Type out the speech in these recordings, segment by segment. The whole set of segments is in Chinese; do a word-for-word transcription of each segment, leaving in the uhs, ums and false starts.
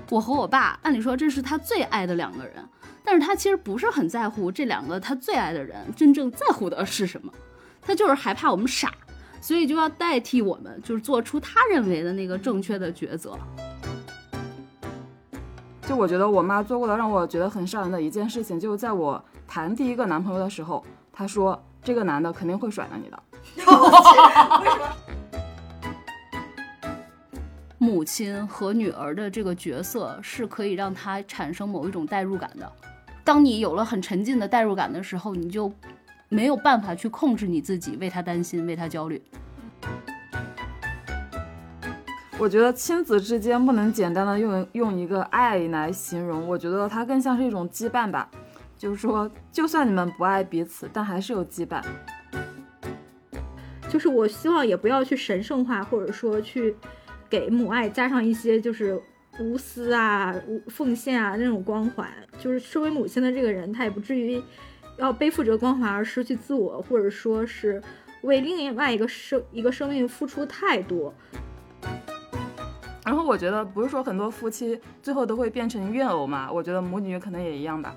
我和我爸按理说这是他最爱的两个人，但是他其实不是很在乎这两个他最爱的人真正在乎的是什么，他就是害怕我们傻，所以就要代替我们，就是做出他认为的那个正确的抉择。 就我觉得我妈做过的让我觉得很伤人的一件事情，就是在我谈第一个男朋友的时候，她说这个男的肯定会甩了你的。 为什么？ 母亲和女儿的这个角色是可以让她产生某一种代入感的。当你有了很沉浸的代入感的时候，你就没有办法去控制你自己，为她担心，为她焦虑。 我觉得亲子之间不能简单的用用一个爱来形容，我觉得它更像是一种羁绊吧。就是说，就算你们不爱彼此，但还是有羁绊。 就是我希望也不要去神圣化，或者说去给母爱加上一些就是无私啊、奉献啊那种光环。就是身为母亲的这个人，他也不至于要背负着光环而失去自我，或者说是为另外一个生一个生命付出太多。 然后我觉得不是说很多夫妻最后都会变成怨偶嘛，我觉得母女可能也一样吧。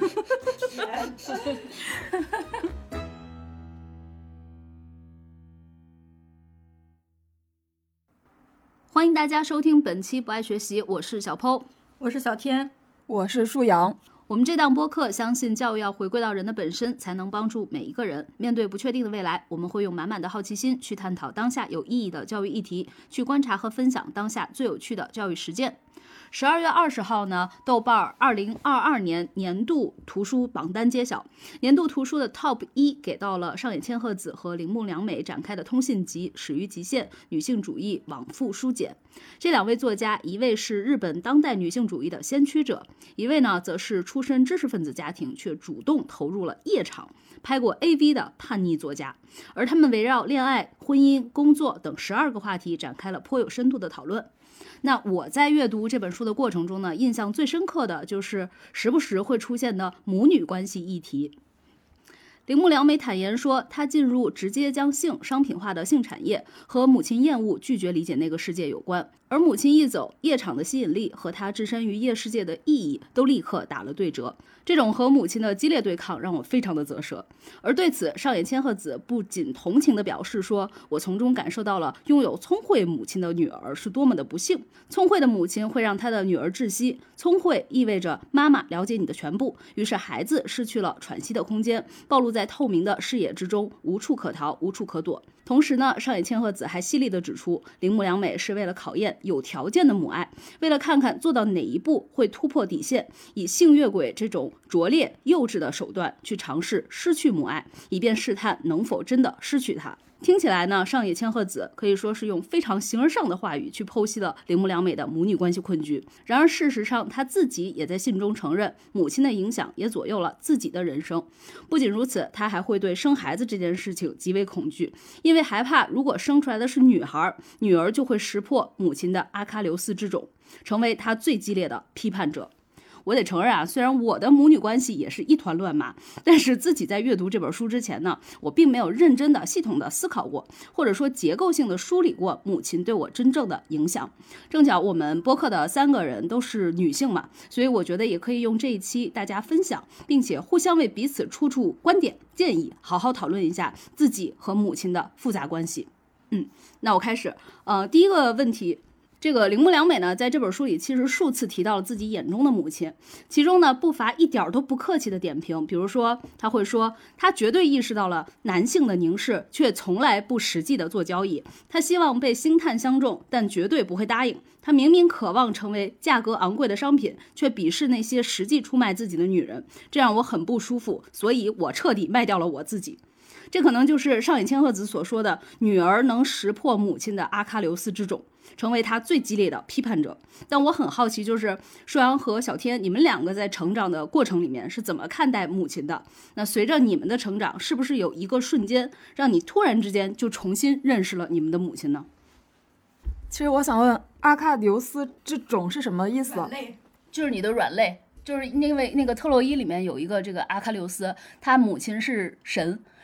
欢迎大家收听本期不爱学习，我是小 Po， 我是小天， 我是舒阳。 我们这档播客相信教育要回归到人的本身，才能帮助每一个人。面对不确定的未来，我们会用满满的好奇心去探讨当下有意义的教育议题，去观察和分享当下最有趣的教育实践。十二月二十号呢，豆瓣二零二二年年度图书榜单揭晓，年度图书的 top 一给到了上野千鹤子和铃木良美展开的通信集《始于极限：女性主义往复书简》。这两位作家，一位是日本当代女性主义的先驱者，一位呢则是出身知识分子家庭却主动投入了夜场，拍过 A V 的叛逆作家。而他们围绕恋爱、婚姻、工作等十二个话题展开了颇有深度的讨论。那我在阅读这本书的过程中呢，印象最深刻的就是时不时会出现的母女关系议题。铃木良美坦言说，她进入直接将性商品化的性产业和母亲厌恶、拒绝理解那个世界有关，而母亲一走，夜场的吸引力和她置身于夜世界的意义都立刻打了对折。这种和母亲的激烈对抗让我非常的啧舌，而对此上野千鹤子不仅同情地表示说，我从中感受到了拥有聪慧母亲的女儿是多么的不幸。聪慧的母亲会让她的女儿窒息，聪慧意味着妈妈了解你的全部，于是孩子失去了喘息的空间，暴露在透明的视野之中，无处可逃，无处可躲。同时呢，上野千鹤子还犀利地指出，铃木良美是为了考验有条件的母爱，为了看看做到哪一步会突破底线，以性越轨这种拙劣幼稚的手段去尝试失去母爱，以便试探能否真的失去它。听起来呢，上野千鹤子可以说是用非常形而上的话语去剖析了铃木良美的母女关系困局。然而事实上，她自己也在信中承认，母亲的影响也左右了自己的人生。不仅如此，她还会对生孩子这件事情极为恐惧，因为害怕如果生出来的是女孩，女儿就会识破母亲的阿喀琉斯之种，成为她最激烈的批判者。我得承认啊，虽然我的母女关系也是一团乱麻，但是自己在阅读这本书之前呢，我并没有认真的、系统的思考过，或者说结构性的梳理过母亲对我真正的影响。正巧我们播客的三个人都是女性嘛，所以我觉得也可以用这一期大家分享，并且互相为彼此出出观点建议，好好讨论一下自己和母亲的复杂关系。嗯，那我开始。呃，第一个问题。这个铃木良美呢，在这本书里其实数次提到了自己眼中的母亲，其中呢不乏一点都不客气的点评，比如说他会说，他绝对意识到了男性的凝视，却从来不实际的做交易，他希望被星探相中，但绝对不会答应，他明明渴望成为价格昂贵的商品，却鄙视那些实际出卖自己的女人，这让我很不舒服，所以我彻底卖掉了我自己。这可能就是上野千鹤子所说的女儿能识破母亲的阿喀琉斯之种，成为他最激烈的批判者。但我很好奇，就是舒阳和小天，你们两个在成长的过程里面是怎么看待母亲的？那随着你们的成长，是不是有一个瞬间让你突然之间就重新认识了你们的母亲呢？ 其实我想问，阿喀琉斯之种是什么意思？ 就是你的软肋，就是因为那个特洛伊里面有一个这个阿喀琉斯，他母亲是神，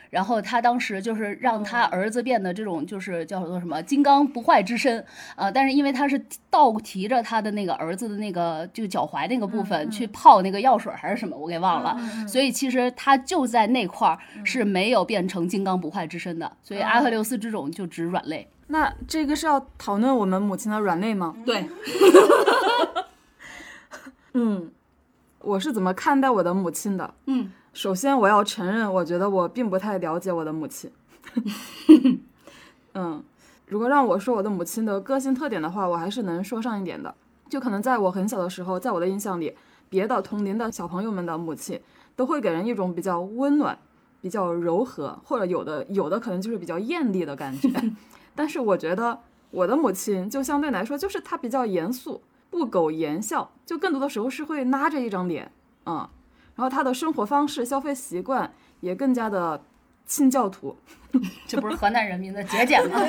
然后他当时就是让他儿子变得这种就是叫做什么金刚不坏之身，呃，但是因为他是倒提着他的那个儿子的那个就脚踝那个部分去泡那个药水还是什么，我给忘了，所以其实他就在那块是没有变成金刚不坏之身的，所以阿赫琉斯之种就指软肋。 那这个是要讨论我们母亲的软肋吗？ 对。 嗯，我是怎么看待我的母亲的？ 嗯， 首先我要承认，我觉得我并不太了解我的母亲。嗯，如果让我说我的母亲的个性特点的话，我还是能说上一点的。就可能在我很小的时候，在我的印象里，别的同龄的小朋友们的母亲都会给人一种比较温暖、比较柔和，或者有的有的可能就是比较艳丽的感觉。但是我觉得我的母亲就相对来说，就是她比较严肃，不苟言笑，就更多的时候是会拉着一张脸，嗯，然后她的生活方式、消费习惯也更加的清教徒。 这不是河南人民的节俭吗？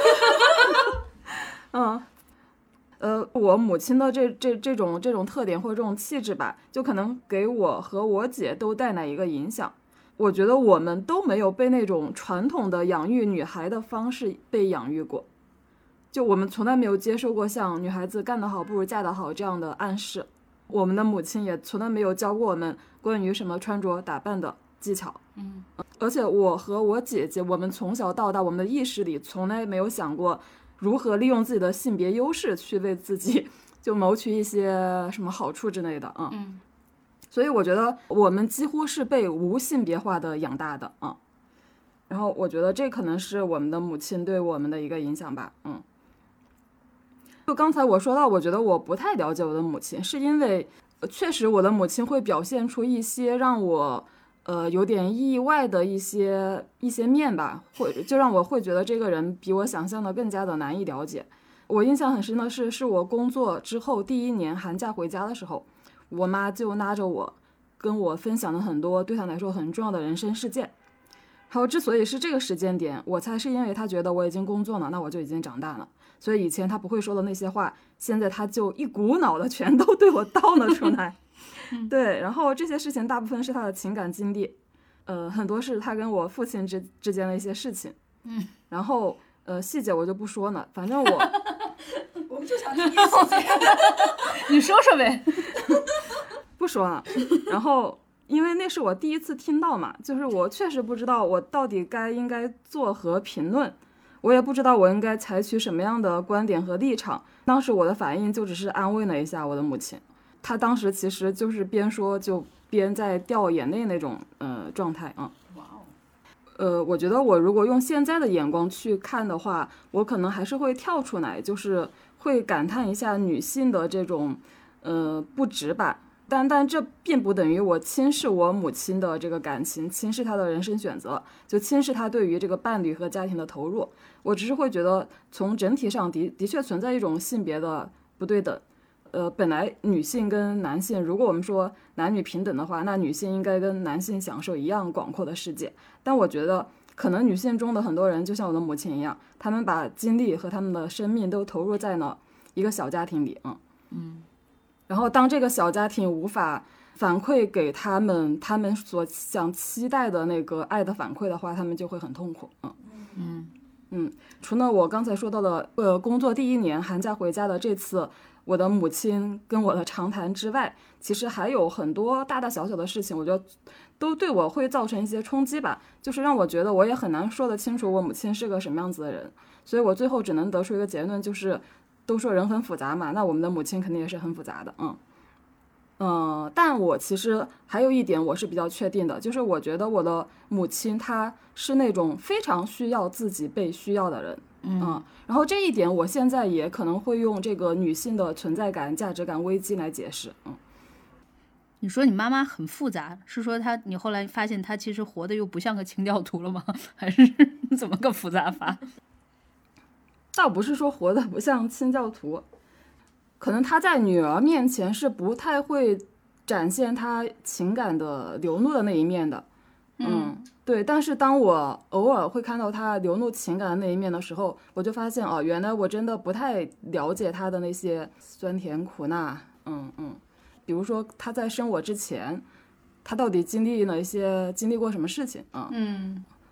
嗯，呃，我母亲的这这这种这种特点或者这种气质吧，就可能给我和我姐都带来一个影响。我觉得我们都没有被那种传统的养育女孩的方式被养育过，就我们从来没有接受过像女孩子干得好不如嫁得好这样的暗示。我们的母亲也从来没有教过我们关于什么穿着打扮的技巧。 嗯， 而且我和我姐姐，我们从小到大，我们的意识里从来没有想过如何利用自己的性别优势去为自己就谋取一些什么好处之类的啊。 嗯， 所以我觉得我们几乎是被无性别化的养大的啊。然后我觉得这可能是我们的母亲对我们的一个影响吧。嗯，就刚才我说到，我觉得我不太了解我的母亲，是因为确实我的母亲会表现出一些让我呃，有点意外的一些一些面吧，会就让我会觉得这个人比我想象的更加的难以了解。我印象很深的是，是我工作之后第一年寒假回家的时候，我妈就拉着我，跟我分享了很多对她来说很重要的人生事件。然后之所以是这个时间点，我猜是因为她觉得我已经工作了，那我就已经长大了，所以以前她不会说的那些话，现在她就一股脑的全都对我倒了出来。对，然后这些事情大部分是他的情感经历，呃，很多是他跟我父亲之之间的一些事情， 嗯， 然后呃细节我就不说了，反正我我们就想听细节， 你说说呗， 不说了。然后因为那是我第一次听到嘛，就是我确实不知道我到底该应该作何评论，我也不知道我应该采取什么样的观点和立场。当时我的反应就只是安慰了一下我的母亲。他当时其实就是边说就边在掉眼泪那种呃状态啊。 哇哦。 呃，我觉得我如果用现在的眼光去看的话，我可能还是会跳出来，就是会感叹一下女性的这种呃不直吧。但但这并不等于我轻视我母亲的这个感情，轻视她的人生选择，就轻视她对于这个伴侣和家庭的投入。我只是会觉得从整体上的的确存在一种性别的不对等。呃，本来女性跟男性，如果我们说男女平等的话，那女性应该跟男性享受一样广阔的世界。但我觉得，可能女性中的很多人，就像我的母亲一样，他们把精力和他们的生命都投入在了一个小家庭里，嗯嗯。 然后当这个小家庭无法反馈给他们他们所想期待的那个爱的反馈的话，他们就会很痛苦，嗯嗯嗯。除了我刚才说到的，呃，工作第一年寒假回家的这次。我的母亲跟我的长谈之外，其实还有很多大大小小的事情，我觉得都对我会造成一些冲击吧，就是让我觉得我也很难说得清楚我母亲是个什么样子的人，所以我最后只能得出一个结论，就是都说人很复杂嘛，那我们的母亲肯定也是很复杂的，嗯嗯、呃，但我其实还有一点我是比较确定的，就是我觉得我的母亲她是那种非常需要自己被需要的人。嗯，然后这一点我现在也可能会用这个女性的存在感、价值感危机来解释。嗯， 你说你妈妈很复杂，是说她你后来发现她其实活得又不像个清教徒了吗？还是怎么个复杂法？ 倒不是说活得不像清教徒，可能她在女儿面前是不太会展现她情感的流露的那一面的。嗯。嗯对，但是当我偶尔会看到他流露情感的那一面的时候，我就发现哦，原来我真的不太了解他的那些酸甜苦辣。嗯嗯，比如说他在生我之前，他到底经历了一些经历过什么事情啊？ 嗯，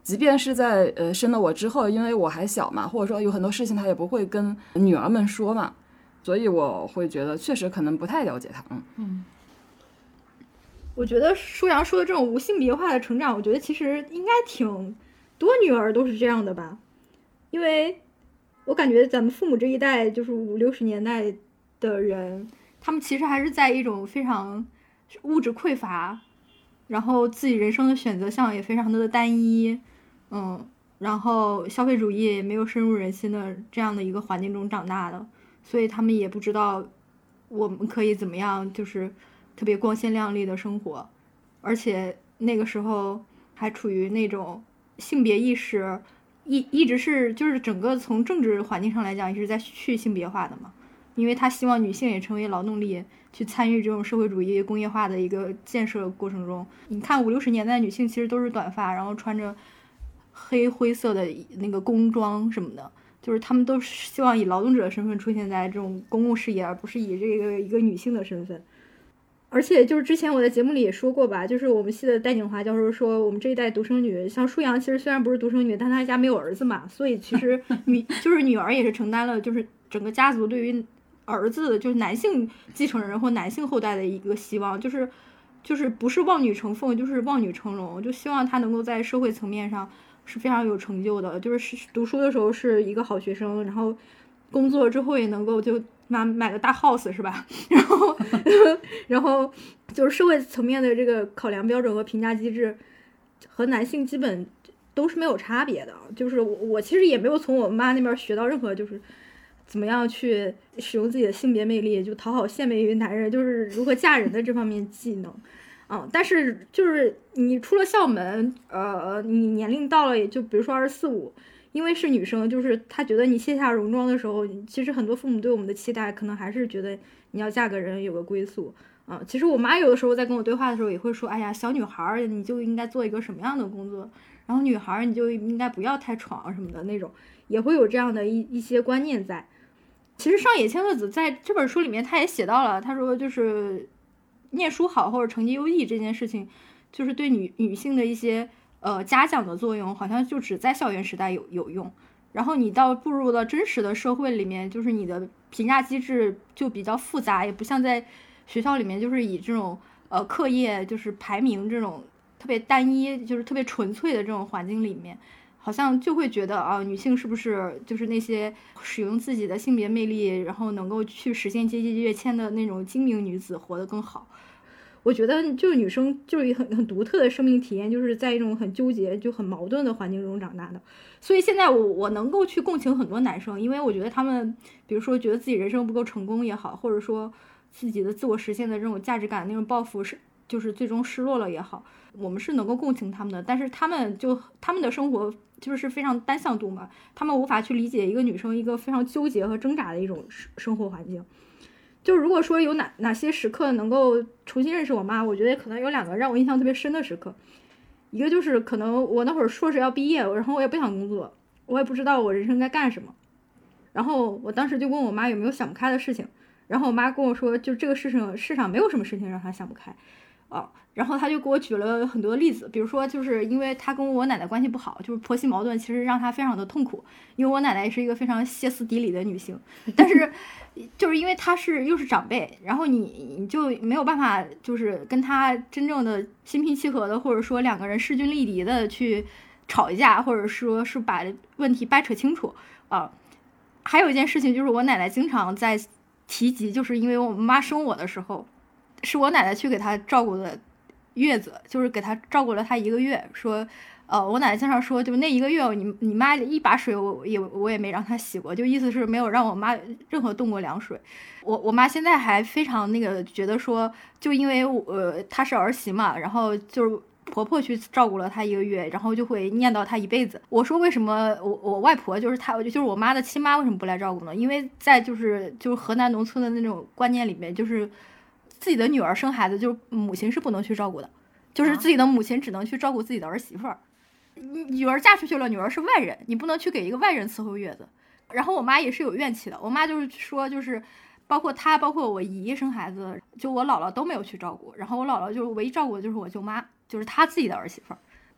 即便是在呃生了我之后，因为我还小嘛，或者说有很多事情他也不会跟女儿们说嘛，所以我会觉得确实可能不太了解他。嗯嗯， 我觉得舒阳说的这种无性别化的成长，我觉得其实应该挺多女儿都是这样的吧，因为我感觉咱们父母这一代就是五六十年代的人，他们其实还是在一种非常物质匮乏，然后自己人生的选择项也非常的单一，嗯，然后消费主义也没有深入人心的这样的一个环境中长大的，所以他们也不知道我们可以怎么样就是特别光鲜亮丽的生活，而且那个时候还处于那种性别意识一一直是就是整个从政治环境上来讲一直在去性别化的嘛，因为他希望女性也成为劳动力，去参与这种社会主义工业化的一个建设过程中。你看五六十年代女性其实都是短发，然后穿着黑灰色的那个工装什么的，就是他们都希望以劳动者的身份出现在这种公共视野，而不是以这个一个女性的身份。而且就是之前我在节目里也说过吧，就是我们系的戴景华教授说，我们这一代独生女，像舒阳其实虽然不是独生女，但她家没有儿子嘛，所以其实女就是女儿也是承担了就是整个家族对于儿子就是男性继承人或男性后代的一个希望，就是就是不是望女成凤就是望女成龙，就希望他能够在社会层面上是非常有成就的，就是读书的时候是一个好学生，然后工作之后也能够就买买个大 house 是吧，然后然后就是社会层面的这个考量标准和评价机制和男性基本都是没有差别的，就是我我其实也没有从我妈那边学到任何就是怎么样去使用自己的性别魅力，就讨好献媚于男人，就是如何嫁人的这方面技能。嗯，但是就是你出了校门，呃，你年龄到了，也就比如说二十四五，因为是女生，就是她觉得你卸下戎装的时候，其实很多父母对我们的期待，可能还是觉得你要嫁个人，有个归宿。啊、嗯，其实我妈有的时候在跟我对话的时候，也会说，哎呀，小女孩你就应该做一个什么样的工作，然后女孩你就应该不要太闯什么的那种，也会有这样的一一些观念在。其实上野千鹤子在这本书里面，他也写到了，他说就是念书好或者成绩优异这件事情，就是对女女性的一些呃嘉奖的作用，好像就只在校园时代有有用。然后你到步入了真实的社会里面，就是你的评价机制就比较复杂，也不像在学校里面就是以这种呃课业就是排名这种特别单一，就是特别纯粹的这种环境里面。好像就会觉得啊，女性是不是就是那些使用自己的性别魅力，然后能够去实现阶级跃迁的那种精明女子活得更好？我觉得就是女生就是很很独特的生命体验，就是在一种很纠结就很矛盾的环境中长大的。所以现在我我能够去共情很多男生，因为我觉得他们比如说觉得自己人生不够成功也好，或者说自己的自我实现的这种价值感那种抱负是就是最终失落了也好，我们是能够共情他们的。但是他们就他们的生活就是非常单向度嘛，他们无法去理解一个女生一个非常纠结和挣扎的一种生活环境。就如果说有哪哪些时刻能够重新认识我妈，我觉得可能有两个让我印象特别深的时刻。一个就是可能我那会儿硕士要毕业，然后我也不想工作，我也不知道我人生该干什么，然后我当时就问我妈有没有想不开的事情，然后我妈跟我说就这个事情世上没有什么事情让她想不开啊，然后他就给我举了很多例子，比如说就是因为他跟我奶奶关系不好，就是婆媳矛盾，其实让他非常的痛苦。因为我奶奶是一个非常歇斯底里的女性，但是就是因为她是又是长辈，然后你你就没有办法就是跟她真正的心平气和的，或者说两个人势均力敌的去吵一架，或者说是把问题掰扯清楚啊。还有一件事情就是我奶奶经常在提及，就是因为我妈生我的时候。是我奶奶去给她照顾的月子，就是给她照顾了她一个月，说呃我奶奶经常说就那一个月你你妈一把水我也我也没让她洗过，就意思是没有让我妈任何动过凉水。我我妈现在还非常那个觉得说就因为我呃她是儿媳嘛，然后就是婆婆去照顾了她一个月，然后就会念叨她一辈子。我说为什么我我外婆就是她就是我妈的亲妈为什么不来照顾呢？因为在就是就是河南农村的那种观念里面，就是自己的女儿生孩子，就是母亲是不能去照顾的，就是自己的母亲只能去照顾自己的儿媳妇儿。女儿嫁出去了，女儿是外人，你不能去给一个外人伺候月子。然后我妈也是有怨气的，我妈就是说，就是包括她，包括我姨生孩子，就我姥姥都没有去照顾。然后我姥姥就是唯一照顾的就是我舅妈，就是她自己的儿媳妇儿。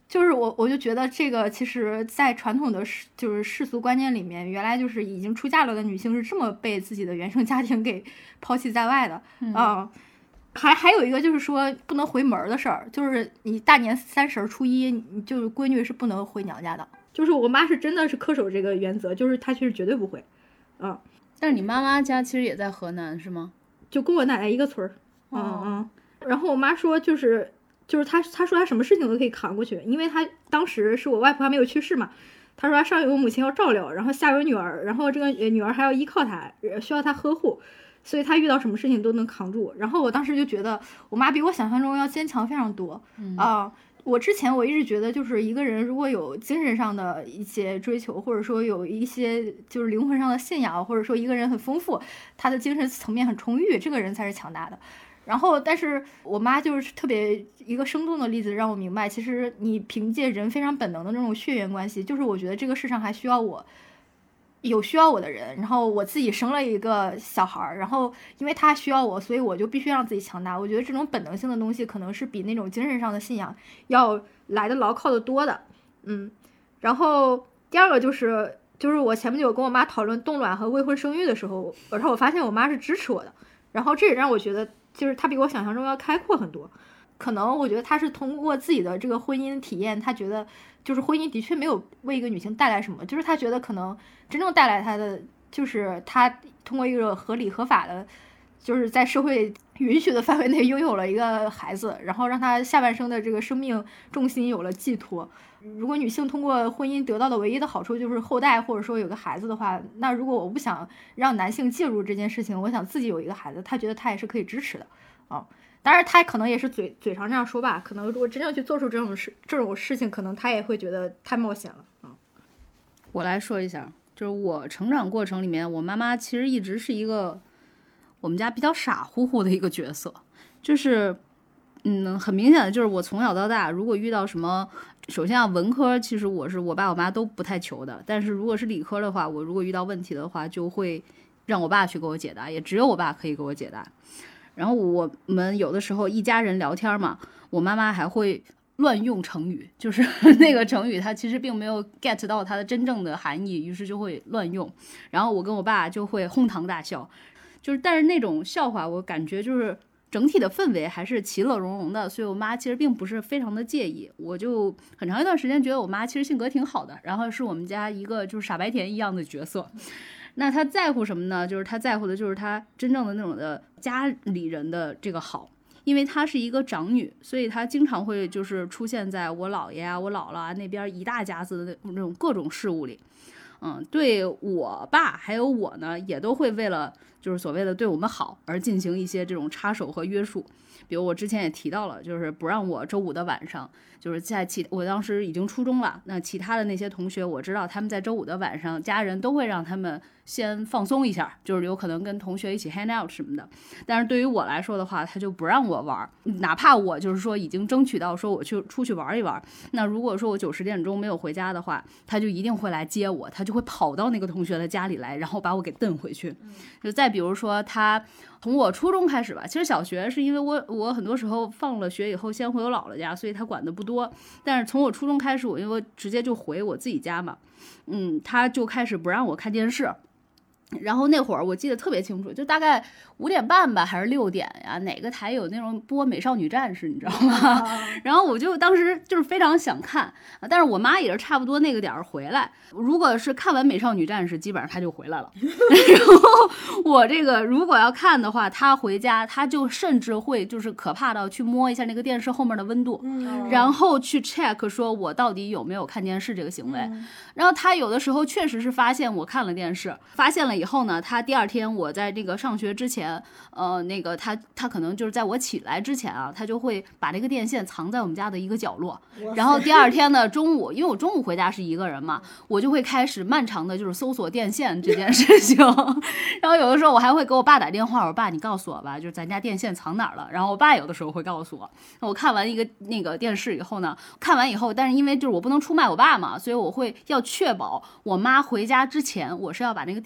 就是我我就觉得这个其实在传统的世就是世俗观念里面，原来就是已经出嫁了的女性是这么被自己的原生家庭给抛弃在外的。嗯、呃，还还有一个就是说不能回门的事儿，就是你大年三十初一，你就是闺女是不能回娘家的。就是我妈是真的是恪守这个原则，就是她其实绝对不会。嗯， 但是你妈妈家其实也在河南是吗？ 就跟我奶奶一个村儿。嗯、 哦、 嗯。然后我妈说就是。就是他，他说他什么事情都可以扛过去，因为他当时是我外婆还没有去世嘛。他说他上有母亲要照料，然后下有女儿，然后这个女儿还要依靠他，需要他呵护，所以他遇到什么事情都能扛住。然后我当时就觉得我妈比我想象中要坚强非常多啊、 嗯呃！我之前我一直觉得，就是一个人如果有精神上的一些追求，或者说有一些就是灵魂上的信仰，或者说一个人很丰富，他的精神层面很充裕，这个人才是强大的。然后，但是我妈就是特别一个生动的例子，让我明白，其实你凭借人非常本能的那种血缘关系，就是我觉得这个世上还需要我，有需要我的人。然后我自己生了一个小孩，然后因为他需要我，所以我就必须让自己强大。我觉得这种本能性的东西，可能是比那种精神上的信仰要来的牢靠的多的。嗯，然后第二个就是，就是我前不久跟我妈讨论冻卵和未婚生育的时候，然后我发现我妈是支持我的，然后这也让我觉得。就是他比我想象中要开阔很多，可能我觉得他是通过自己的这个婚姻体验，他觉得就是婚姻的确没有为一个女性带来什么，就是他觉得可能真正带来他的就是他通过一个合理合法的，就是在社会允许的范围内拥有了一个孩子，然后让他下半生的这个生命重心有了寄托。如果女性通过婚姻得到的唯一的好处就是后代，或者说有个孩子的话，那如果我不想让男性介入这件事情，我想自己有一个孩子，他觉得他也是可以支持的啊。当然他可能也是嘴嘴上这样说吧，可能如果真正去做出这种事这种事情，可能他也会觉得太冒险了啊。 我来说一下，就是我成长过程里面，我妈妈其实一直是一个我们家比较傻乎乎的一个角色，就是嗯，很明显的就是我从小到大，如果遇到什么。首先啊，文科其实我是我爸我妈都不太求的，但是如果是理科的话，我如果遇到问题的话，就会让我爸去给我解答，也只有我爸可以给我解答。然后我们有的时候一家人聊天嘛，我妈妈还会乱用成语，就是那个成语它其实并没有 get 到它的真正的含义，于是就会乱用。然后我跟我爸就会哄堂大笑，就是但是那种笑话我感觉就是整体的氛围还是其乐融融的，所以我妈其实并不是非常的介意。我就很长一段时间觉得我妈其实性格挺好的，然后是我们家一个就是傻白甜一样的角色。那她在乎什么呢？就是她在乎的就是她真正的那种的家里人的这个好，因为她是一个长女，所以她经常会就是出现在我姥爷啊、我姥姥啊那边一大家子的那种各种事物里。嗯，对我爸还有我呢，也都会为了就是所谓的对我们好而进行一些这种插手和约束。比如我之前也提到了，就是不让我周五的晚上，就是在其我当时已经初中了，那其他的那些同学我知道他们在周五的晚上，家人都会让他们先放松一下，就是有可能跟同学一起 hang out 什么的。但是对于我来说的话，他就不让我玩，哪怕我就是说已经争取到说我去出去玩一玩，那如果说我九十点钟没有回家的话，他就一定会来接我，他就会跑到那个同学的家里来，然后把我给蹬回去。就再比如说他从我初中开始吧，其实小学是因为我我很多时候放了学以后先回我姥姥家，所以他管的不多。但是从我初中开始，我因为我直接就回我自己家嘛，嗯，他就开始不让我看电视。然后那会儿我记得特别清楚，就大概五点半吧，还是六点呀？哪个台有那种播《美少女战士》，你知道吗？然后我就当时就是非常想看，但是我妈也是差不多那个点儿回来。如果是看完《美少女战士》，基本上她就回来了。然后我这个如果要看的话，她回家，她就甚至会就是可怕到去摸一下那个电视后面的温度，嗯、然后去 check 说我到底有没有看电视这个行为。嗯、然后她有的时候确实是发现我看了电视，发现了。以后呢，他第二天我在这个上学之前，呃，那个他他可能就是在我起来之前啊，他就会把这个电线藏在我们家的一个角落。然后第二天的中午，因为我中午回家是一个人嘛，我就会开始漫长的就是搜索电线这件事情。然后有的时候我还会给我爸打电话，我说爸，你告诉我吧，就是咱家电线藏哪儿了。然后我爸有的时候会告诉我。我看完一个那个电视以后呢，看完以后，但是因为就是我不能出卖我爸嘛，所以我会要确保我妈回家之前，我是要把那个电线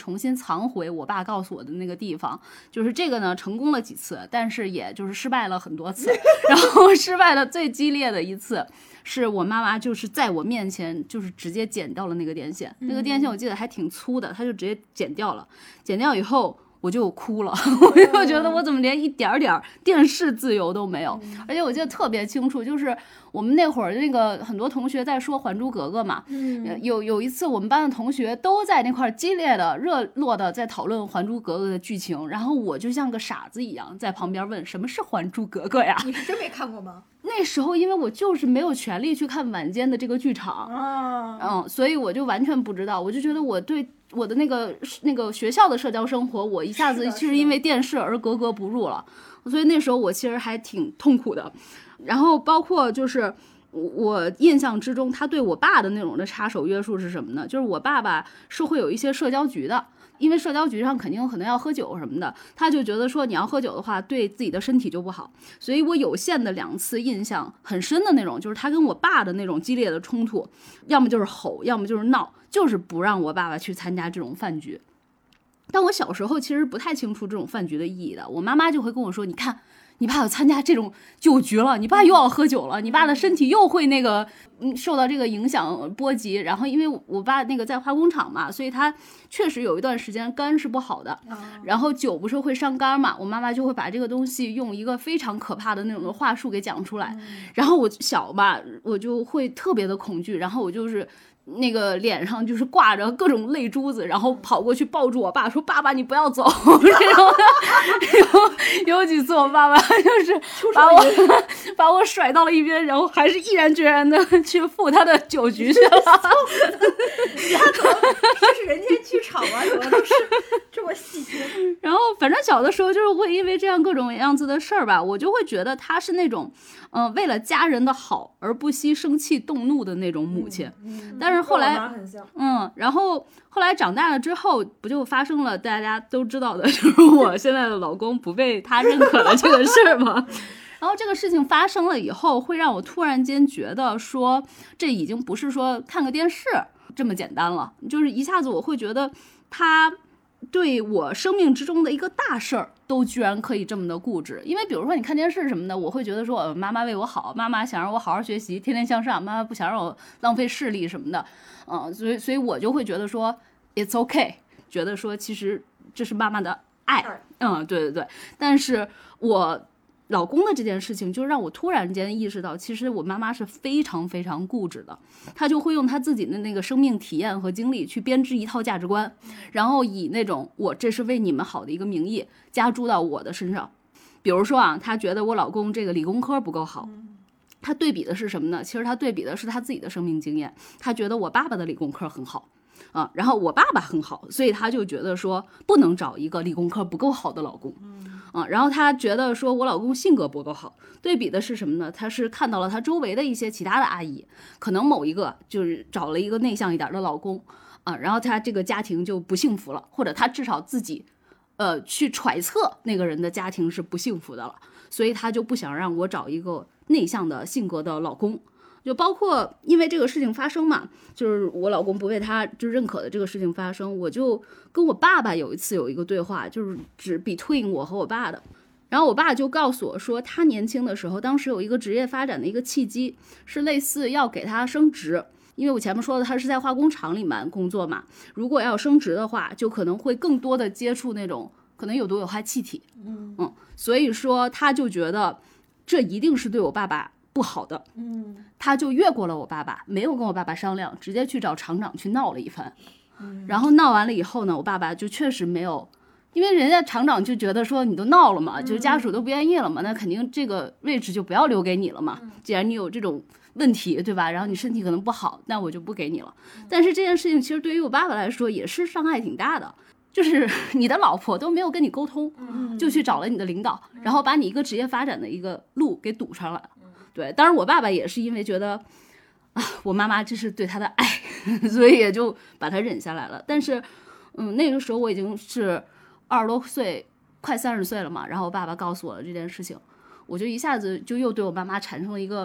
重新藏回我爸告诉我的那个地方。就是这个呢，成功了几次，但是也就是失败了很多次。然后失败的最激烈的一次，是我妈妈就是在我面前就是直接剪掉了那个电线，那个电线我记得还挺粗的，她就直接剪掉了。剪掉以后我就哭了，我就觉得我怎么连一点点电视自由都没有。而且我记得特别清楚，就是我们那会儿那个很多同学在说《还珠格格》嘛，嗯，有有一次我们班的同学都在那块激烈的热络的在讨论《还珠格格》的剧情，然后我就像个傻子一样在旁边问什么是《还珠格格》呀？ 你是真没看过吗？ 那时候因为我就是没有权利去看晚间的这个剧场， 啊， 嗯，所以我就完全不知道，我就觉得我对我的那个那个学校的社交生活，我一下子是因为电视而格格不入了，所以那时候我其实还挺痛苦的。然后包括就是我印象之中，他对我爸的那种的插手约束是什么呢？就是我爸爸是会有一些社交局的。因为社交局上肯定可能要喝酒什么的，他就觉得说你要喝酒的话对自己的身体就不好，所以我有限的两次印象很深的那种，就是他跟我爸的那种激烈的冲突，要么就是吼，要么就是闹，就是不让我爸爸去参加这种饭局。但我小时候其实不太清楚这种饭局的意义的，我妈妈就会跟我说，你看你爸要参加这种酒局了，你爸又要喝酒了，你爸的身体又会那个嗯受到这个影响波及。然后因为我爸那个在化工厂嘛，所以他确实有一段时间肝是不好的，然后酒不是会伤肝嘛，我妈妈就会把这个东西用一个非常可怕的那种的话术给讲出来。然后我小吧，我就会特别的恐惧，然后我就是那个脸上就是挂着各种泪珠子，然后跑过去抱住我爸说，爸爸你不要走这种的。有有几次我爸爸就是把我把我甩到了一边，然后还是毅然决然的去赴他的酒局去了。 你还怎么这是人间剧场吗？怎么都是这么细心？ 然后反正小的时候就是会因为这样各种样子的事儿吧，我就会觉得他是那种嗯、呃，为了家人的好而不惜生气动怒的那种母亲。 嗯嗯、 但是后来很像嗯，然后后来长大了之后，不就发生了大家都知道的，就是我现在的老公不被他认可的这个事儿吗？然后这个事情发生了以后，会让我突然间觉得说，这已经不是说看个电视这么简单了，就是一下子我会觉得他对我生命之中的一个大事儿都居然可以这么的固执。因为比如说你看电视什么的，我会觉得说、呃、妈妈为我好，妈妈想让我好好学习，天天向上，妈妈不想让我浪费视力什么的，嗯、呃，所以所以我就会觉得说 it's okay， 觉得说其实这是妈妈的爱，嗯，对对对。但是我老公的这件事情就让我突然间意识到，其实我妈妈是非常非常固执的，她就会用她自己的那个生命体验和经历去编织一套价值观，然后以那种我这是为你们好的一个名义加诸到我的身上。比如说啊，她觉得我老公这个理工科不够好，她对比的是什么呢？其实她对比的是她自己的生命经验，她觉得我爸爸的理工科很好啊，然后我爸爸很好，所以她就觉得说不能找一个理工科不够好的老公。啊，然后她觉得说我老公性格不够好，对比的是什么呢？她是看到了她周围的一些其他的阿姨，可能某一个就是找了一个内向一点的老公啊，然后她这个家庭就不幸福了，或者她至少自己呃去揣测那个人的家庭是不幸福的了，所以她就不想让我找一个内向的性格的老公。就包括因为这个事情发生嘛，就是我老公不为他就认可的这个事情发生，我就跟我爸爸有一次有一个对话，就是只 between 我和我爸的。然后我爸就告诉我说，他年轻的时候当时有一个职业发展的一个契机，是类似要给他升职，因为我前面说的他是在化工厂里面工作嘛，如果要升职的话，就可能会更多的接触那种可能有毒有害气体，嗯嗯，所以说他就觉得这一定是对我爸爸不好的， 嗯， 他就越过了我爸爸，没有跟我爸爸商量，直接去找厂长去闹了一番。然后闹完了以后呢，我爸爸就确实没有，因为人家厂长就觉得说你都闹了嘛，就是家属都不愿意了嘛，那肯定这个位置就不要留给你了嘛。既然你有这种问题，对吧？然后你身体可能不好，那我就不给你了。但是这件事情其实对于我爸爸来说也是伤害挺大的。就是你的老婆都没有跟你沟通，就去找了你的领导，然后把你一个职业发展的一个路给堵上了。对，当然我爸爸也是因为觉得啊，我妈妈这是对他的爱，所以也就把他忍下来了。但是，嗯，那个时候我已经是二十多岁，快三十岁了嘛。然后我爸爸告诉我了这件事情，我就一下子就又对我妈妈产生了一个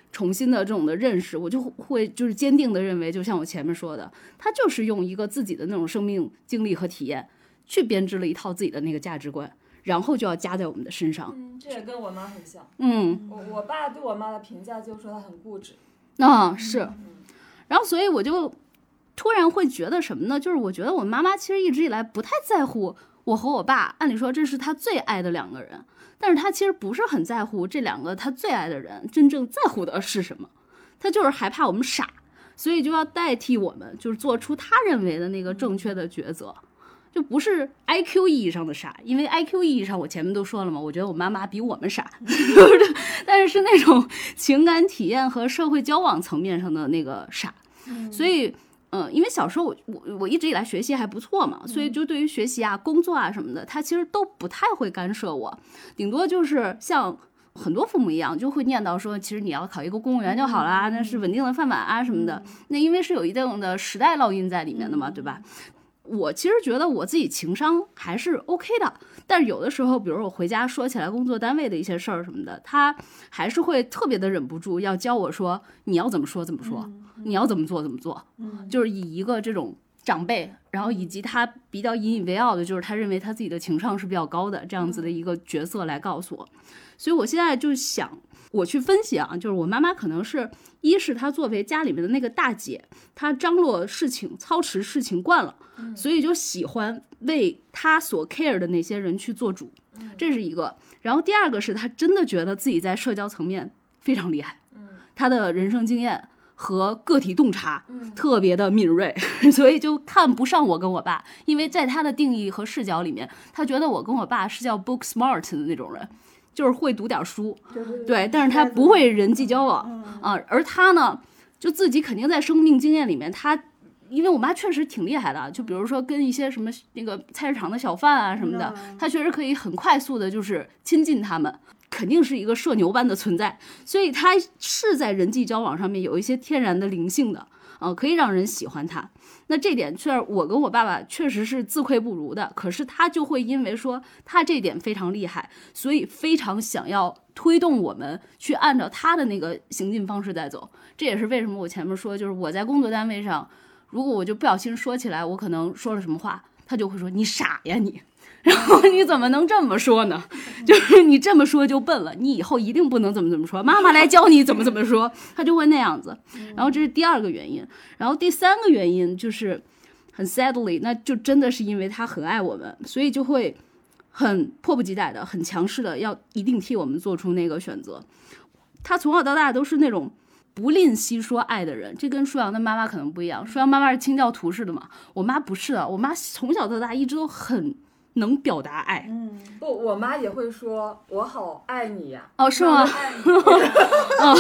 重新的这种的认识，我就会就是坚定的认为，就像我前面说的，他就是用一个自己的那种生命经历和体验去编织了一套自己的那个价值观，然后就要加在我们的身上。 嗯，这也跟我妈很像。 嗯， 我我爸对我妈的评价就是说她很固执。 啊，是。然后所以我就突然会觉得什么呢？就是我觉得我妈妈其实一直以来不太在乎我和我爸，按理说这是她最爱的两个人，但是她其实不是很在乎这两个她最爱的人真正在乎的是什么，她就是害怕我们傻，所以就要代替我们，就是做出她认为的那个正确的抉择。就不是 I Q 意义上的傻，因为 I Q 意义上我前面都说了嘛，我觉得我妈妈比我们傻但是是那种情感体验和社会交往层面上的那个傻。所以嗯，因为小时候我我我一直以来学习还不错嘛，所以就对于学习啊工作啊什么的，他其实都不太会干涉我，顶多就是像很多父母一样就会念叨说其实你要考一个公务员就好啦，那是稳定的饭碗啊什么的，那因为是有一定的时代烙印在里面的嘛，对吧？我其实觉得我自己情商还是 OK 的，但是有的时候比如我回家说起来工作单位的一些事儿什么的，他还是会特别的忍不住要教我说你要怎么说怎么说、嗯、你要怎么做怎么做、嗯、就是以一个这种长辈，然后以及他比较引以为傲的就是他认为他自己的情商是比较高的这样子的一个角色来告诉我。所以我现在就想我去分析啊，就是我妈妈可能是一是她作为家里面的那个大姐，她张罗事情操持事情惯了，所以就喜欢为她所 care 的那些人去做主，这是一个。然后第二个是她真的觉得自己在社交层面非常厉害，她的人生经验和个体洞察特别的敏锐，所以就看不上我跟我爸，因为在她的定义和视角里面，她觉得我跟我爸是叫 book smart 的那种人，就是会读点书，对，但是他不会人际交往啊。而他呢，就自己肯定在生命经验里面，他因为我妈确实挺厉害的，就比如说跟一些什么那个菜市场的小贩啊什么的，他确实可以很快速的就是亲近他们，肯定是一个社牛般的存在，所以他是在人际交往上面有一些天然的灵性的啊，可以让人喜欢他。那这点虽然我跟我爸爸确实是自愧不如的，可是他就会因为说他这点非常厉害，所以非常想要推动我们去按照他的那个行进方式在走。这也是为什么我前面说，就是我在工作单位上，如果我就不小心说起来我可能说了什么话，他就会说你傻呀你，然后你怎么能这么说呢？就是你这么说就笨了，你以后一定不能怎么怎么说，妈妈来教你怎么怎么说，他就会那样子。然后这是第二个原因，然后第三个原因就是很 sadly， 那就真的是因为他很爱我们，所以就会很迫不及待的很强势的要一定替我们做出那个选择。他从小到大都是那种不吝惜说爱的人，这跟舒阳的妈妈可能不一样，舒阳妈妈是清教徒式的嘛，我妈不是的，我妈从小到大一直都很能表达爱。 嗯，不，我妈也会说我好爱你呀、 啊。哦，是吗？ 爱你哦，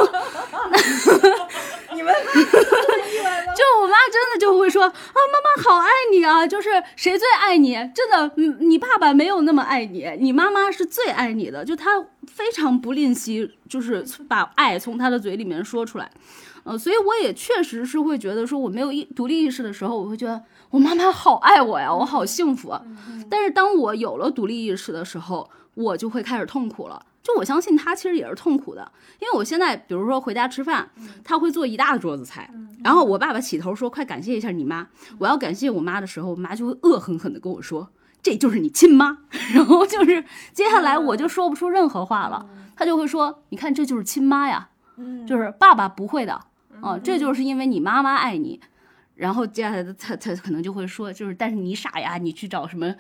你们妈很意外吗？ 就我妈真的就会说啊，妈妈好爱你啊，就是谁最爱你？真的，你爸爸没有那么爱你，你妈妈是最爱你的。就她非常不吝惜，就是把爱从她的嘴里面说出来。呃，所以我也确实是会觉得说，我没有意独立意识的时候，我会觉得我妈妈好爱我呀，我好幸福啊。但是当我有了独立意识的时候，我就会开始痛苦了。就我相信他其实也是痛苦的，因为我现在比如说回家吃饭，他会做一大桌子菜，然后我爸爸起头说快感谢一下你妈，我要感谢我妈的时候，我妈就会恶狠狠地跟我说这就是你亲妈，然后就是接下来我就说不出任何话了，他就会说你看这就是亲妈呀，就是爸爸不会的啊，这就是因为你妈妈爱你。然后接下来他他可能就会说，就是但是你傻呀，你去找什么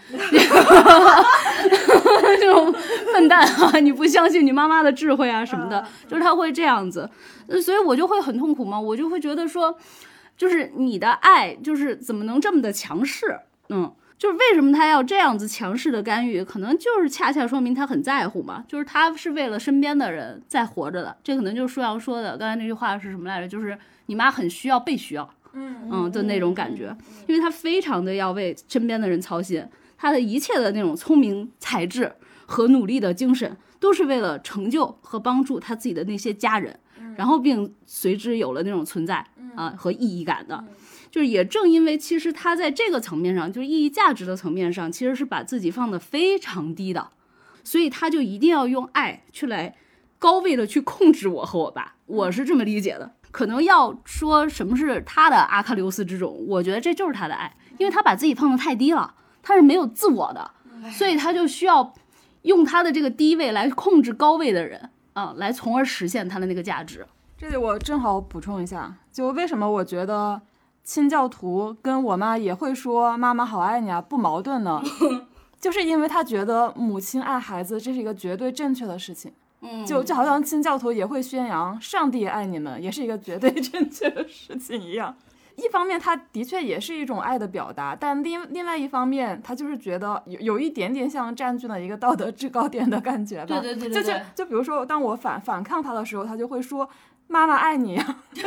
这种笨蛋啊，你不相信你妈妈的智慧啊什么的，就是他会这样子，所以我就会很痛苦嘛，我就会觉得说，就是你的爱就是怎么能这么的强势，嗯。就是为什么他要这样子强势的干预，可能就是恰恰说明他很在乎嘛，就是他是为了身边的人在活着的，这可能就是舒阳说的刚才那句话是什么来着，就是你妈很需要被需要，嗯嗯的那种感觉，因为他非常的要为身边的人操心，他的一切的那种聪明才智和努力的精神都是为了成就和帮助他自己的那些家人，然后并随之有了那种存在啊和意义感的。就是也正因为其实他在这个层面上，就是意义价值的层面上，其实是把自己放得非常低的，所以他就一定要用爱去来高位的去控制我和我爸，我是这么理解的。可能要说什么是他的阿喀琉斯之种，我觉得这就是他的爱，因为他把自己放得太低了，他是没有自我的，所以他就需要用他的这个低位来控制高位的人啊，来从而实现他的那个价值。 这里我正好补充一下，就为什么我觉得清教徒跟我妈也会说妈妈好爱你啊不矛盾呢？就是因为他觉得母亲爱孩子这是一个绝对正确的事情。嗯，就就好像清教徒也会宣扬上帝爱你们也是一个绝对正确的事情一样。一方面他的确也是一种爱的表达，但另另外一方面他就是觉得有有一点点像占据了一个道德制高点的感觉吧。 对对对对对， 就就就比如说当我反反抗他的时候，他就会说妈妈爱你。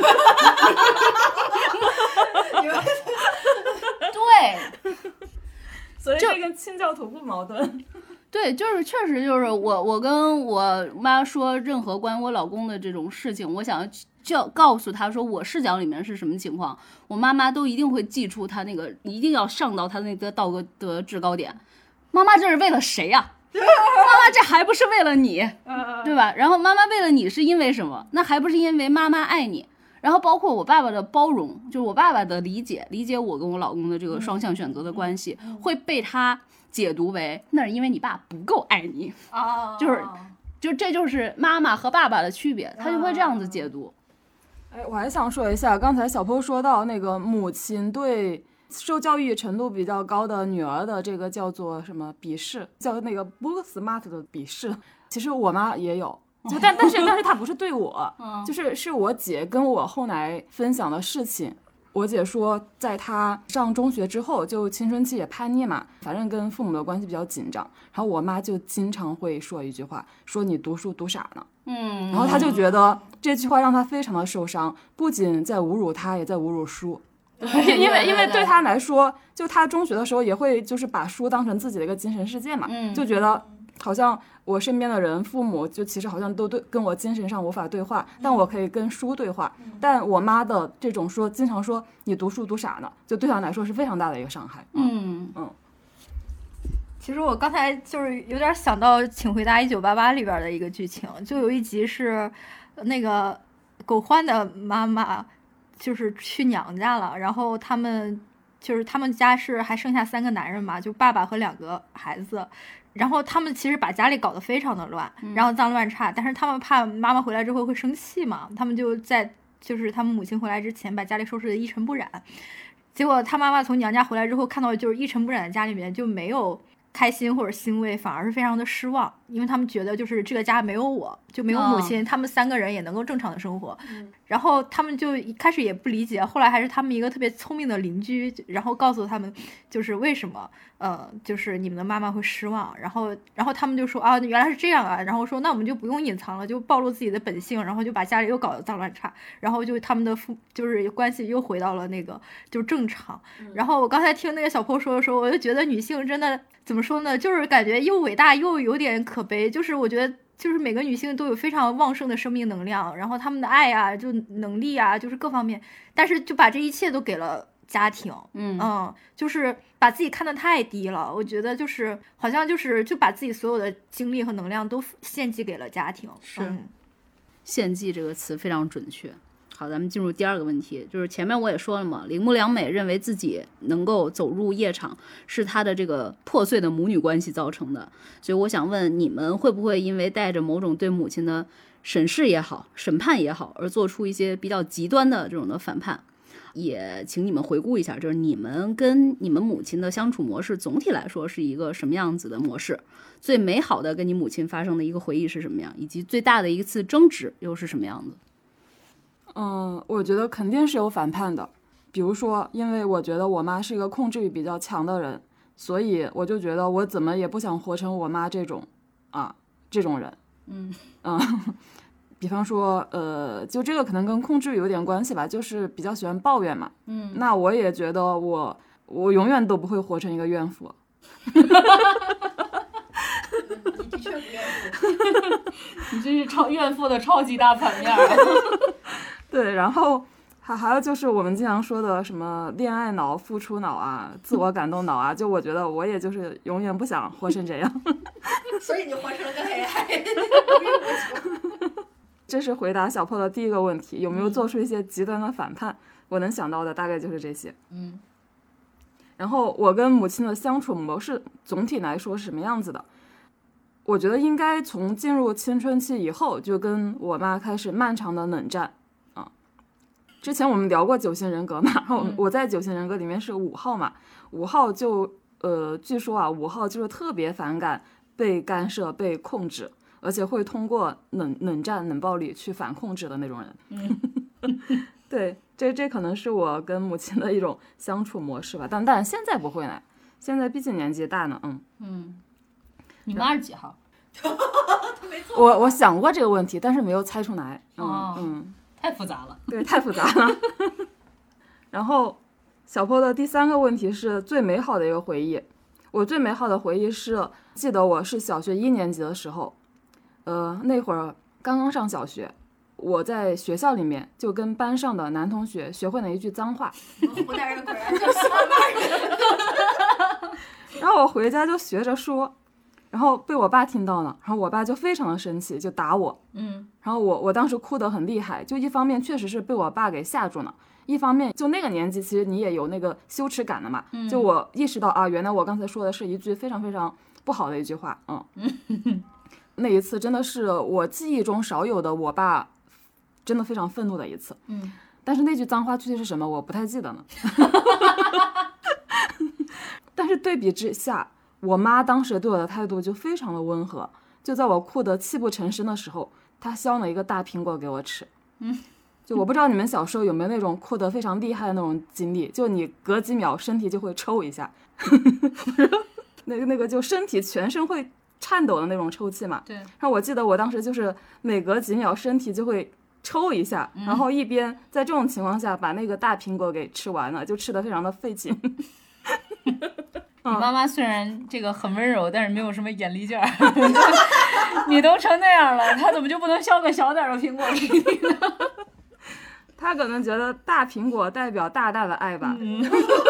对， 所以这跟清教徒不矛盾。 对，就是确实就是我我跟我妈说任何关于我老公的这种事情，我想就告诉他说我视角里面是什么情况，我妈妈都一定会记出他那个一定要上到他那个道德制高点。妈妈这是为了谁呀、啊？妈妈这还不是为了你，对吧？然后妈妈为了你是因为什么？那还不是因为妈妈爱你。然后包括我爸爸的包容，就是我爸爸的理解，理解我跟我老公的这个双向选择的关系，嗯、会被他解读为那是因为你爸不够爱你啊，就是就这就是妈妈和爸爸的区别，他就会这样子解读。 哎，我还想说一下，刚才小坡说到那个母亲对受教育程度比较高的女儿的这个叫做什么鄙视，叫那个 book smart 的鄙视，其实我妈也有。就但但是但是他不是对我，就是是我姐跟我后来分享的事情。我姐说，在她上中学之后，就青春期也叛逆嘛，反正跟父母的关系比较紧张。然后我妈就经常会说一句话，说你读书读傻呢。嗯，然后她就觉得这句话让她非常的受伤，不仅在侮辱她，也在侮辱书。因为因为对她来说，就她中学的时候也会就是把书当成自己的一个精神世界嘛，就觉得好像我身边的人父母就其实好像都对跟我精神上无法对话，但我可以跟书对话。但我妈的这种说经常说你读书读傻呢，就对她来说是非常大的一个伤害。嗯嗯。 其实我刚才就是有点想到《请回答一九八八》里边的一个剧情，就有一集是那个狗欢的妈妈就是去娘家了，然后他们就是他们家是还剩下三个男人嘛，就爸爸和两个孩子。然后他们其实把家里搞得非常的乱，然后脏乱差，但是他们怕妈妈回来之后会生气嘛，他们就在就是他们母亲回来之前把家里收拾得一尘不染。结果他妈妈从娘家回来之后，看到就是一尘不染的家里面就没有开心或者欣慰，反而是非常的失望，因为他们觉得就是这个家没有我，就没有母亲、哦、他们三个人也能够正常的生活、嗯、然后他们就一开始也不理解，后来还是他们一个特别聪明的邻居然后告诉他们就是为什么呃，就是你们的妈妈会失望，然后然后他们就说啊原来是这样啊，然后说那我们就不用隐藏了，就暴露自己的本性，然后就把家里又搞得脏乱差，然后就他们的父就是关系又回到了那个就是正常、嗯、然后我刚才听那个小坡说的时候，我就觉得女性真的怎么说呢，就是感觉又伟大又有点可悲，就是我觉得就是每个女性都有非常旺盛的生命能量，然后她们的爱啊就能力啊就是各方面，但是就把这一切都给了家庭。嗯嗯，就是把自己看得太低了，我觉得就是好像就是就把自己所有的精力和能量都献祭给了家庭。 是、嗯、献祭这个词非常准确。好，咱们进入第二个问题，就是前面我也说了嘛，铃木良美认为自己能够走入夜场是她的这个破碎的母女关系造成的，所以我想问你们会不会因为带着某种对母亲的审视也好审判也好而做出一些比较极端的这种的反叛，也请你们回顾一下，就是你们跟你们母亲的相处模式总体来说是一个什么样子的模式，最美好的跟你母亲发生的一个回忆是什么样，以及最大的一次争执又是什么样子。 嗯，我觉得肯定是有反叛的，比如说因为我觉得我妈是一个控制欲比较强的人，所以我就觉得我怎么也不想活成我妈这种啊这种人。嗯嗯，比方说呃就这个可能跟控制欲有点关系吧，就是比较喜欢抱怨嘛。嗯，那我也觉得我我永远都不会活成一个怨妇。 你的确不怨妇。 你这是超怨妇的超级大反面。 对，然后还还有就是我们经常说的什么恋爱脑、付出脑啊、自我感动脑啊，就我觉得我也就是永远不想活成这样。 所以你活成了个 A I。 这是回答小破的第一个问题，有没有做出一些极端的反叛？嗯、我能想到的大概就是这些。 嗯， 然后我跟母亲的相处模式总体来说是什么样子的？我觉得应该从进入青春期以后就跟我妈开始漫长的冷战啊。之前我们聊过九型人格嘛，然后我在九型人格里面是五号嘛，五号就呃，据说啊，五号就是特别反感被干涉、被控制，而且会通过冷冷战、冷暴力去反控制的那种人。 嗯， 对，这这可能是我跟母亲的一种相处模式吧，但但现在不会呢，现在毕竟年纪大呢，嗯嗯。你妈是几号？ 我我想过这个问题，但是没有猜出来。嗯、哦、嗯， 太复杂了。 对，太复杂了。然后小坡的第三个问题是最美好的一个回忆。我最美好的回忆是记得我是小学一年级的时候，呃，那会儿刚刚上小学，我在学校里面就跟班上的男同学学会了一句脏话。 湖南人果然就喜欢骂人。 然后我回家就学着说。然后被我爸听到了，然后我爸就非常的生气，就打我。 嗯， 然后我我当时哭得很厉害，就一方面确实是被我爸给吓住了，一方面就那个年纪其实你也有那个羞耻感的嘛。嗯，就我意识到啊，原来我刚才说的是一句非常非常不好的一句话。嗯，那一次真的是我记忆中少有的我爸真的非常愤怒的一次。 嗯， 但是那句脏话具体是什么我不太记得了。但是对比之下，我妈当时对我的态度就非常的温和，就在我哭得泣不成声的时候，她削了一个大苹果给我吃。 嗯， 就我不知道你们小时候有没有那种哭得非常厉害的那种经历，就你隔几秒身体就会抽一下，那个那个就身体全身会颤抖的那种抽泣嘛。 对。 然后我记得我当时就是每隔几秒身体就会抽一下，然后一边在这种情况下把那个大苹果给吃完了，就吃得非常的费劲。 你妈妈虽然这个很温柔，但是没有什么眼力劲儿。你都成那样了，她怎么就不能削个小点的苹果给你呢？ 她可能觉得大苹果代表大大的爱吧。 嗯、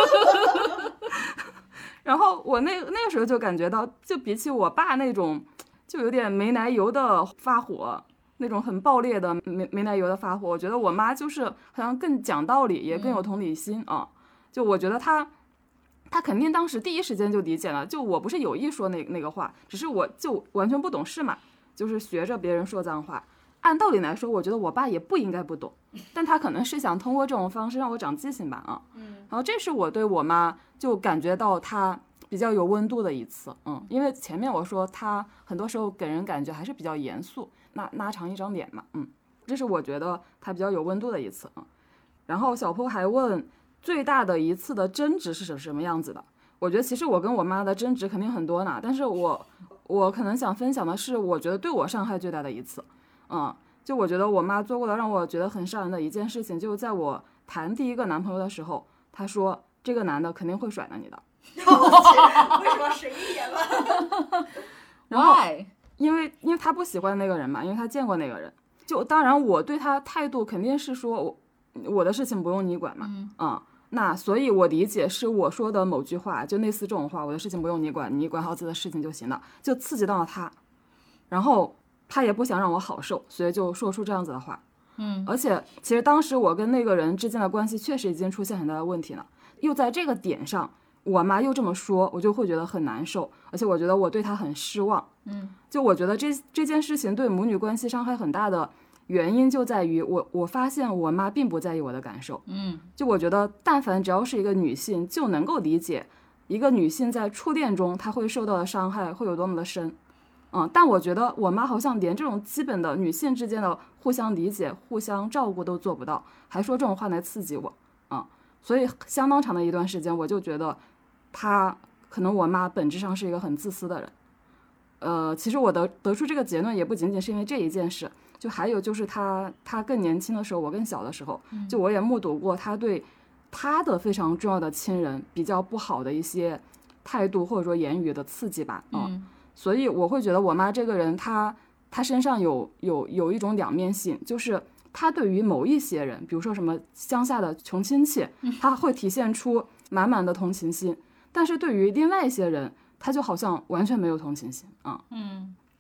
然后我那那个时候就感觉到，就比起我爸那种就有点没来由的发火，那种很暴烈的没没来由的发火，我觉得我妈就是好像更讲道理，也更有同理心啊、嗯。就我觉得她。他肯定当时第一时间就理解了，就我不是有意说那那个话，只是我就完全不懂事嘛，就是学着别人说脏话。按道理来说，我觉得我爸也不应该不懂，但他可能是想通过这种方式让我长记性吧啊。 嗯， 然后这是我对我妈就感觉到她比较有温度的一次，嗯，因为前面我说她很多时候给人感觉还是比较严肃，那拉长一张脸嘛，嗯，这是我觉得她比较有温度的一次啊、嗯。然后小坡还问。最大的一次的争执是什么样子的？我觉得其实我跟我妈的争执肯定很多呢，但是我我可能想分享的是，我觉得对我伤害最大的一次，嗯，就我觉得我妈做过的让我觉得很伤人的一件事情，就是在我谈第一个男朋友的时候，她说这个男的肯定会甩了你的。 为什么谁演了？ 然后因为因为他不喜欢那个人嘛，因为他见过那个人，就当然我对他态度肯定是说我我的事情不用你管嘛， 嗯。 嗯那所以我理解是我说的某句话，就类似这种话，我的事情不用你管，你管好自己的事情就行了，就刺激到了他，然后他也不想让我好受，所以就说出这样子的话。 嗯， 而且其实当时我跟那个人之间的关系确实已经出现很大的问题了，又在这个点上我妈又这么说，我就会觉得很难受，而且我觉得我对她很失望。 嗯， 就我觉得这这件事情对母女关系伤害很大的原因就在于我我发现我妈并不在意我的感受。 嗯， 就我觉得但凡只要是一个女性就能够理解一个女性在初恋中她会受到的伤害会有多么的深。嗯，但我觉得我妈好像连这种基本的女性之间的互相理解互相照顾都做不到，还说这种话来刺激我。嗯，所以相当长的一段时间我就觉得她可能我妈本质上是一个很自私的人。呃，其实我得得出这个结论也不仅仅是因为这一件事，就还有就是他他更年轻的时候，我更小的时候，就我也目睹过他对他的非常重要的亲人比较不好的一些态度或者说言语的刺激吧。 嗯， 嗯所以我会觉得我妈这个人，她她身上有有有一种两面性，就是她对于某一些人，比如说什么乡下的穷亲戚，她会体现出满满的同情心，但是对于另外一些人，他就好像完全没有同情心啊。 嗯，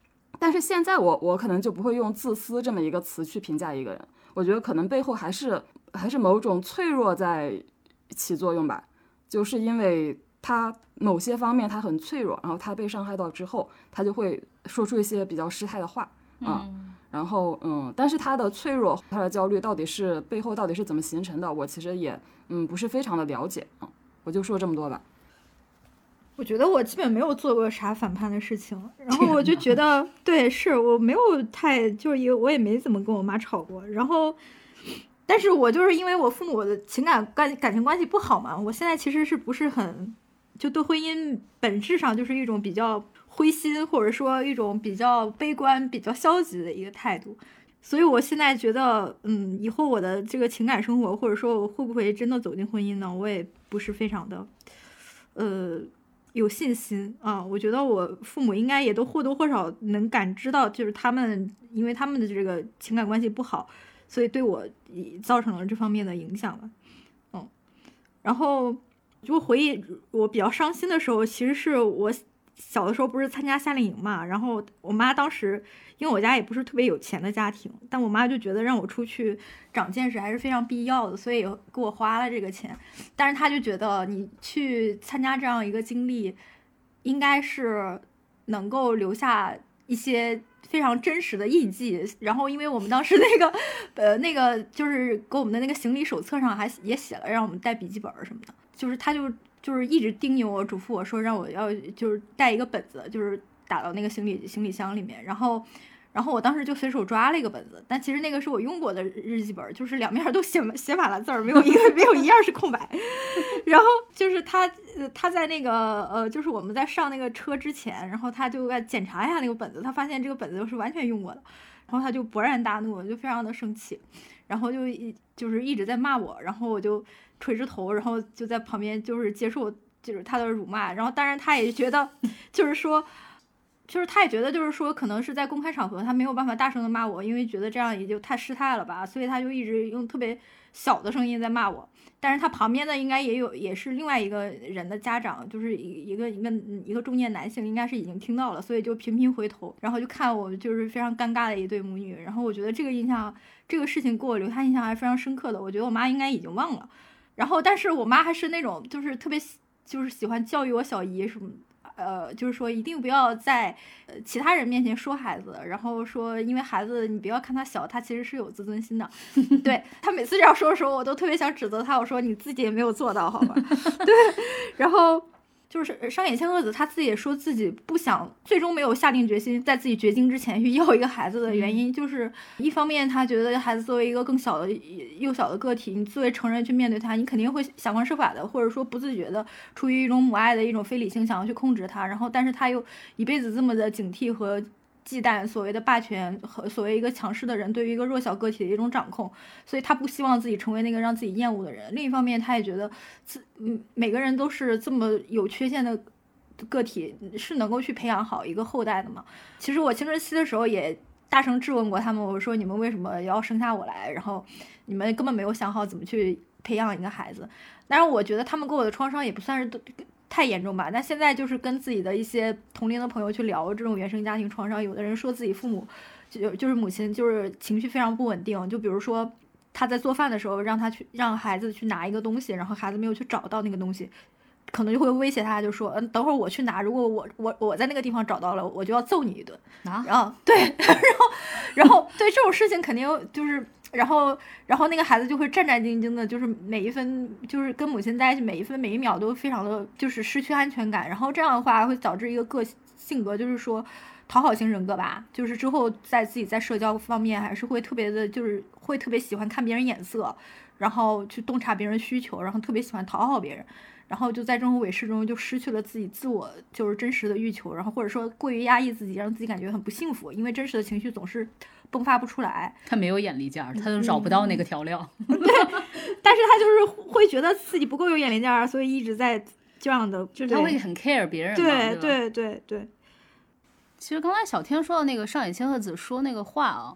但是现在我我可能就不会用自私这么一个词去评价一个人，我觉得可能背后还是还是某种脆弱在起作用吧，就是因为他某些方面他很脆弱，然后他被伤害到之后，他就会说出一些比较失态的话啊。嗯然后嗯，但是他的脆弱，他的焦虑到底是背后到底是怎么形成的，我其实也嗯不是非常的了解啊、嗯。我就说这么多吧。 我觉得我基本没有做过啥反叛的事情，然后我就觉得对，是我没有太就是我也没怎么跟我妈吵过，然后但是我就是因为我父母的情感感感情关系不好嘛，我现在其实是不是很就对婚姻本质上就是一种比较灰心，或者说一种比较悲观比较消极的一个态度，所以我现在觉得嗯，以后我的这个情感生活或者说我会不会真的走进婚姻呢，我也不是非常的呃有信心啊。我觉得我父母应该也都或多或少能感知到，就是他们因为他们的这个情感关系不好，所以对我造成了这方面的影响吧。嗯，然后就回忆我比较伤心的时候，其实是我小的时候不是参加夏令营嘛，然后我妈当时因为我家也不是特别有钱的家庭，但我妈就觉得让我出去长见识还是非常必要的，所以给我花了这个钱。但是她就觉得你去参加这样一个经历应该是能够留下一些非常真实的印记，然后因为我们当时那个呃那个就是给我们的那个行李手册上还也写了让我们带笔记本什么的，就是她就就是一直叮咛我嘱咐我说让我要就是带一个本子，就是打到那个行李行李箱里面，然后然后我当时就随手抓了一个本子，但其实那个是我用过的日记本，就是两面都写写满了字儿，没有一个没有一样是空白。然后就是他他在那个呃就是我们在上那个车之前，然后他就在检查一下那个本子，他发现这个本子是完全用过的，然后他就勃然大怒，就非常的生气，然后就一就是一直在骂我，然后我就垂着头，然后就在旁边就是接受就是他的辱骂，然后当然他也觉得就是说就是他也觉得就是说可能是在公开场合他没有办法大声的骂我，因为觉得这样也就太失态了吧，所以他就一直用特别小的声音在骂我，但是他旁边的应该也有也是另外一个人的家长，就是一个一个一个中年男性，应该是已经听到了，所以就频频回头，然后就看我就是非常尴尬的一对母女，然后我觉得这个印象这个事情给我留下印象还非常深刻的，我觉得我妈应该已经忘了，然后但是我妈还是那种就是特别就是喜欢教育我小姨什么呃，就是说一定不要在呃其他人面前说孩子，然后说因为孩子你不要看他小，他其实是有自尊心的。对，他每次这样说的时候，我都特别想指责他，我说你自己也没有做到，好吧？对，然后就是上野千鹤子他自己也说自己不想，最终没有下定决心在自己绝经之前去要一个孩子的原因，就是一方面他觉得孩子作为一个更小的幼小的个体，你作为成人去面对他，你肯定会想方设法的，或者说不自觉的出于一种母爱的一种非理性想要去控制他，然后但是他又一辈子这么的警惕和忌惮所谓的霸权和所谓一个强势的人对于一个弱小个体的一种掌控，所以他不希望自己成为那个让自己厌恶的人。另一方面他也觉得自嗯每个人都是这么有缺陷的个体，是能够去培养好一个后代的嘛。其实我青春期的时候也大声质问过他们，我说你们为什么要生下我来，然后你们根本没有想好怎么去培养一个孩子。当然我觉得他们给我的创伤也不算是太严重吧，但现在就是跟自己的一些同龄的朋友去聊这种原生家庭创伤，有的人说自己父母就就是母亲就是情绪非常不稳定，就比如说他在做饭的时候让他去让孩子去拿一个东西，然后孩子没有去找到那个东西，可能就会威胁他，就说嗯，等会儿我去拿，如果我我我在那个地方找到了，我就要揍你一顿啊。然后对，然后然后对这种事情肯定就是然后然后那个孩子就会战战兢兢的，就是每一分就是跟母亲在一起每一分每一秒都非常的就是失去安全感，然后这样的话会导致一个个性格就是说讨好型人格吧，就是之后在自己在社交方面还是会特别的就是会特别喜欢看别人眼色，然后去洞察别人需求，然后特别喜欢讨好别人，然后就在这种伪饰中就失去了自己自我就是真实的欲求，然后或者说过于压抑自己，让自己感觉很不幸福，因为真实的情绪总是迸发不出来。 他没有眼力见儿，他都找不到那个调料、 嗯、对，但是他就是会觉得自己不够有眼力见儿，所以一直在这样的， 就是他会很 care 别人嘛， 对对对对。 其实刚才小天说的那个上野千鹤子说那个话啊，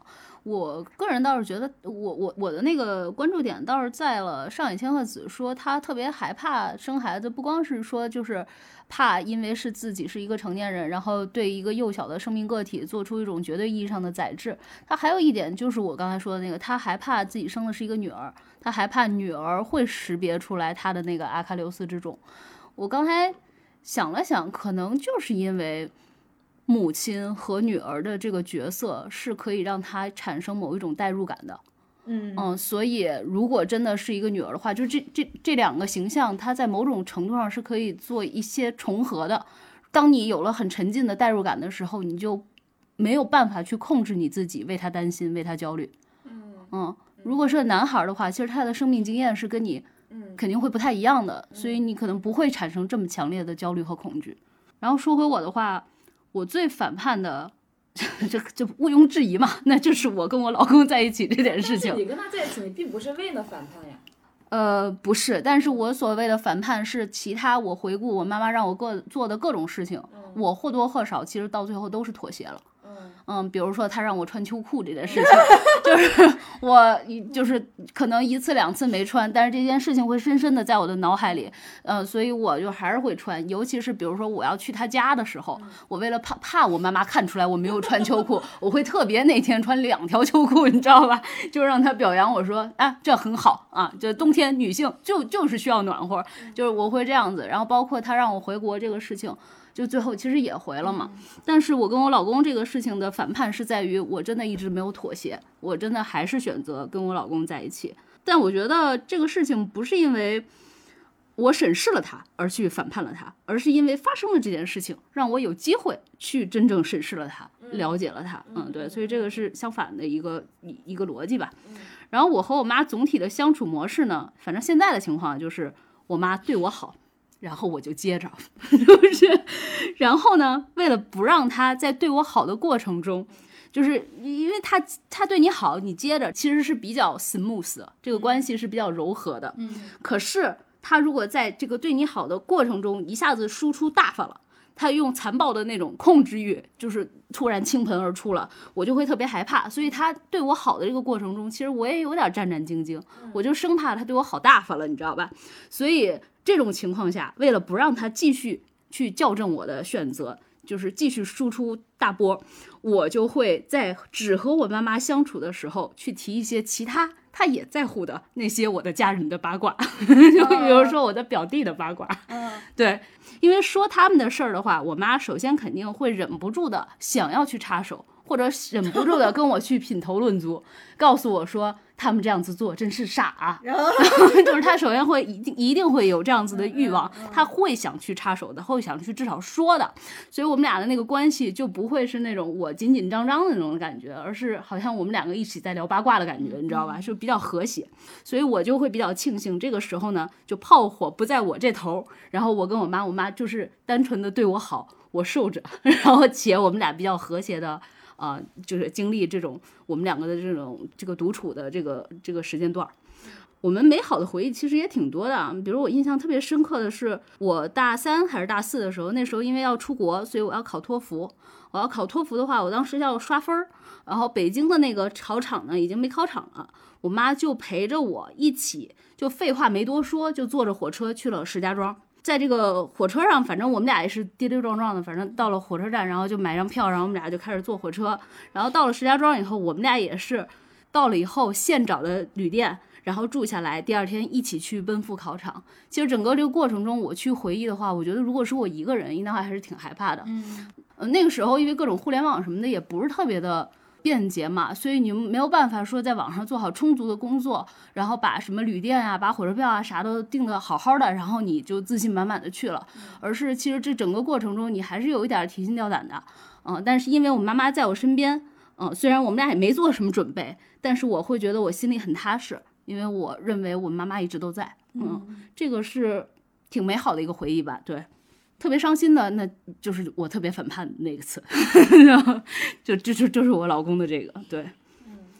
我个人倒是觉得我，我我的那个关注点倒是在了上野千鹤子说她特别害怕生孩子，不光是说就是怕因为是自己是一个成年人，然后对一个幼小的生命个体做出一种绝对意义上的宰制，她还有一点就是我刚才说的那个，她害怕自己生的是一个女儿，她害怕女儿会识别出来她的那个阿喀琉斯之种。我刚才想了想，可能就是因为母亲和女儿的这个角色是可以让她产生某一种代入感的， 嗯嗯，所以如果真的是一个女儿的话，就这这这两个形象，它在某种程度上是可以做一些重合的。当你有了很沉浸的代入感的时候，你就没有办法去控制你自己，为他担心，为他焦虑。嗯，如果是男孩的话，其实他的生命经验是跟你肯定会不太一样的，所以你可能不会产生这么强烈的焦虑和恐惧。然后说回我的话，我最反叛的，这这毋庸置疑嘛，那就是我跟我老公在一起这件事情。 你跟他在一起，你并不是为了反叛呀。 呃，不是，但是我所谓的反叛是其他我回顾我妈妈让我各做的各种事情， 嗯、 我或多或少其实到最后都是妥协了。 嗯, 嗯，比如说她让我穿秋裤这件事情，就是我就是可能一次两次没穿，但是这件事情会深深的在我的脑海里，呃，所以我就还是会穿。尤其是比如说我要去她家的时候，我为了怕怕我妈妈看出来我没有穿秋裤，我会特别那天穿两条秋裤，你知道吧？就让她表扬我说，啊，这很好啊，这冬天女性就就是需要暖和，就是我会这样子。然后包括她让我回国这个事情。就最后其实也回了嘛，但是我跟我老公这个事情的反叛是在于我真的一直没有妥协，我真的还是选择跟我老公在一起。但我觉得这个事情不是因为我审视了他而去反叛了他，而是因为发生了这件事情让我有机会去真正审视了他，了解了他。嗯，对，所以这个是相反的一个一个逻辑吧。然后我和我妈总体的相处模式呢，反正现在的情况就是我妈对我好，然后我就接着，就是，然后呢，为了不让他在对我好的过程中，就是因为他他对你好，你接着其实是比较 smooth 的，这个关系是比较柔和的。嗯，可是他如果在这个对你好的过程中一下子输出大发了，他用残暴的那种控制欲，就是突然倾盆而出了，我就会特别害怕。所以他对我好的这个过程中，其实我也有点战战兢兢，我就生怕他对我好大发了，你知道吧？所以这种情况下，为了不让他继续去校正我的选择，就是继续输出大波，我就会在只和我妈妈相处的时候去提一些其他他也在乎的那些我的家人的八卦，就比如说我的表弟的八卦。对，因为说他们的事儿的话，我妈首先肯定会忍不住的想要去插手，或者忍不住的跟我去品头论足，告诉我说他们这样子做真是傻啊。就是他首先会一定一定会有这样子的欲望，他会想去插手的，会想去至少说的。所以我们俩的那个关系就不会是那种我紧紧张张的那种感觉，而是好像我们两个一起在聊八卦的感觉，你知道吧？就比较和谐。所以我就会比较庆幸这个时候呢，就炮火不在我这头，然后我跟我妈，我妈就是单纯的对我好，我受着，然后且我们俩比较和谐的啊、呃，就是经历这种我们两个的这种这个独处的这个这个时间段。我们美好的回忆其实也挺多的啊，比如我印象特别深刻的是，我大三还是大四的时候，那时候因为要出国，所以我要考托福。我要考托福的话，我当时要刷分儿，然后北京的那个考场呢已经没考场了，我妈就陪着我一起，就废话没多说，就坐着火车去了石家庄。在这个火车上，反正我们俩也是跌跌撞撞的，反正到了火车站，然后就买张票，然后我们俩就开始坐火车。然后到了石家庄以后，我们俩也是到了以后现找的旅店，然后住下来，第二天一起去奔赴考场。其实整个这个过程中，我去回忆的话，我觉得如果是我一个人，应该还是挺害怕的。嗯，呃，那个时候因为各种互联网什么的也不是特别的便捷嘛，所以你没有办法说在网上做好充足的工作，然后把什么旅店啊、把火车票啊啥都订得好好的，然后你就自信满满的去了。而是其实这整个过程中，你还是有一点提心吊胆的。嗯、呃，但是因为我妈妈在我身边，嗯、呃，虽然我们俩也没做什么准备，但是我会觉得我心里很踏实。因为我认为我妈妈一直都在，嗯，这个是挺美好的一个回忆吧。对，特别伤心的，那就是我特别反叛的那个次，然后就就就就是我老公的这个，对，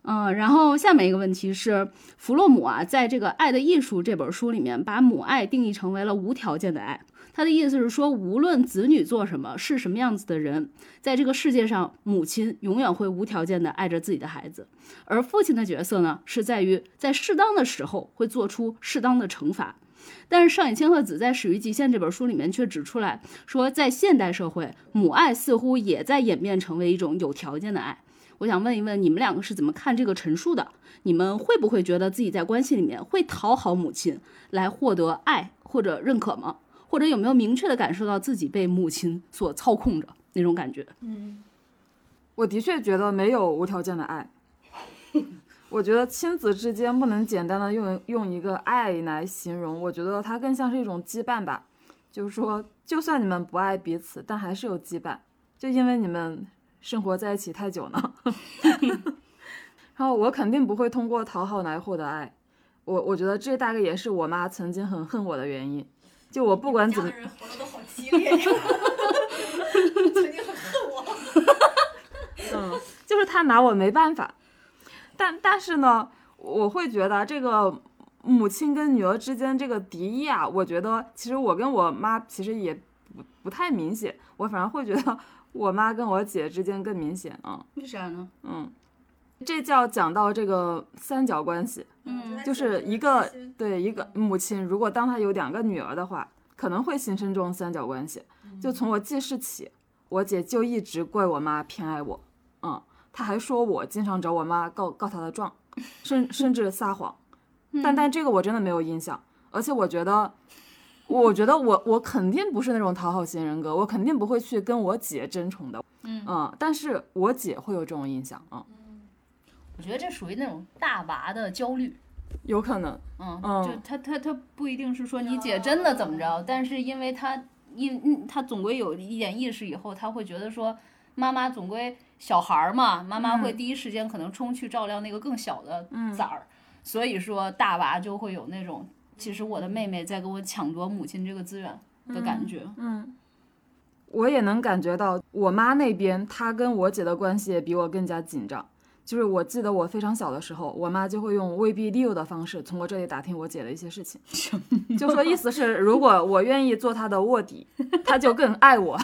嗯，然后下面一个问题是，弗洛姆啊，在这个《爱的艺术》这本书里面，把母爱定义成为了无条件的爱。他的意思是说，无论子女做什么，是什么样子的人，在这个世界上，母亲永远会无条件的爱着自己的孩子。而父亲的角色呢，是在于在适当的时候会做出适当的惩罚。但是上野千鹤子在《始于极限》这本书里面却指出来说，在现代社会，母爱似乎也在演变成为一种有条件的爱。我想问一问你们两个是怎么看这个陈述的？你们会不会觉得自己在关系里面会讨好母亲来获得爱或者认可吗？或者有没有明确的感受到自己被母亲所操控着那种感觉？ 嗯，我的确觉得没有无条件的爱。我觉得亲子之间不能简单的用用一个爱来形容，我觉得它更像是一种羁绊吧。就是说，就算你们不爱彼此，但还是有羁绊，就因为你们生活在一起太久呢。然后我肯定不会通过讨好来获得爱，我我觉得这大概也是我妈曾经很恨我的原因。就我不管怎么， 家的人活得都好激烈呀，曾经很恨我。 嗯，就是他拿我没办法。但但是呢，我会觉得这个母亲跟女儿之间这个敌意啊，我觉得其实我跟我妈其实也不不太明显，我反而会觉得我妈跟我姐之间更明显啊。 为啥呢？ 嗯，这叫讲到这个三角关系。 嗯， 就是一个对一个母亲，如果当她有两个女儿的话，可能会形成这种三角关系。就从我记事起，我姐就一直怪我妈偏爱我，嗯，她还说我经常找我妈告告她的状，甚甚至撒谎。但但这个我真的没有印象，而且我觉得，我觉得我我肯定不是那种讨好型人格，我肯定不会去跟我姐争宠的，嗯嗯，但是我姐会有这种印象啊。嗯， 我觉得这属于那种大娃的焦虑， 有可能， 嗯， 嗯就他他他不一定是说你姐真的怎么着，但是因为他因他总归有一点意识以后，他会觉得说妈妈总归小孩嘛，妈妈会第一时间可能冲去照料那个更小的崽儿，嗯，所以说大娃就会有那种其实我的妹妹在跟我抢夺母亲这个资源的感觉。 嗯，嗯我也能感觉到我妈那边她跟我姐的关系也比我更加紧张。就是我记得我非常小的时候，我妈就会用威逼利诱的方式从我这里打听我姐的一些事情，就说意思是如果我愿意做她的卧底，她就更爱我。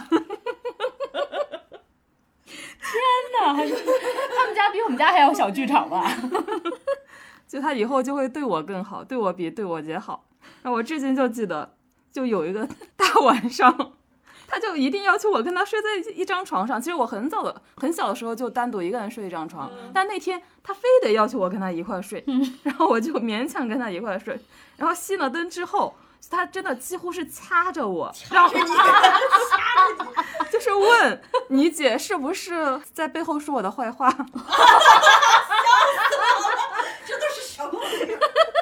天哪，他们家比我们家还要小剧场吧？ 就她以后就会对我更好，对我比对我姐好。然后我至今就记得，就有一个大晚上，他就一定要求我跟他睡在一张床上。其实我很早的很小的时候就单独一个人睡一张床，嗯，但那天他非得要求我跟他一块睡，嗯，然后我就勉强跟他一块睡。然后熄了灯之后，他真的几乎是掐着我， 掐着你， 就是问你姐是不是在背后说我的坏话。 笑死我了，这都是什么鬼？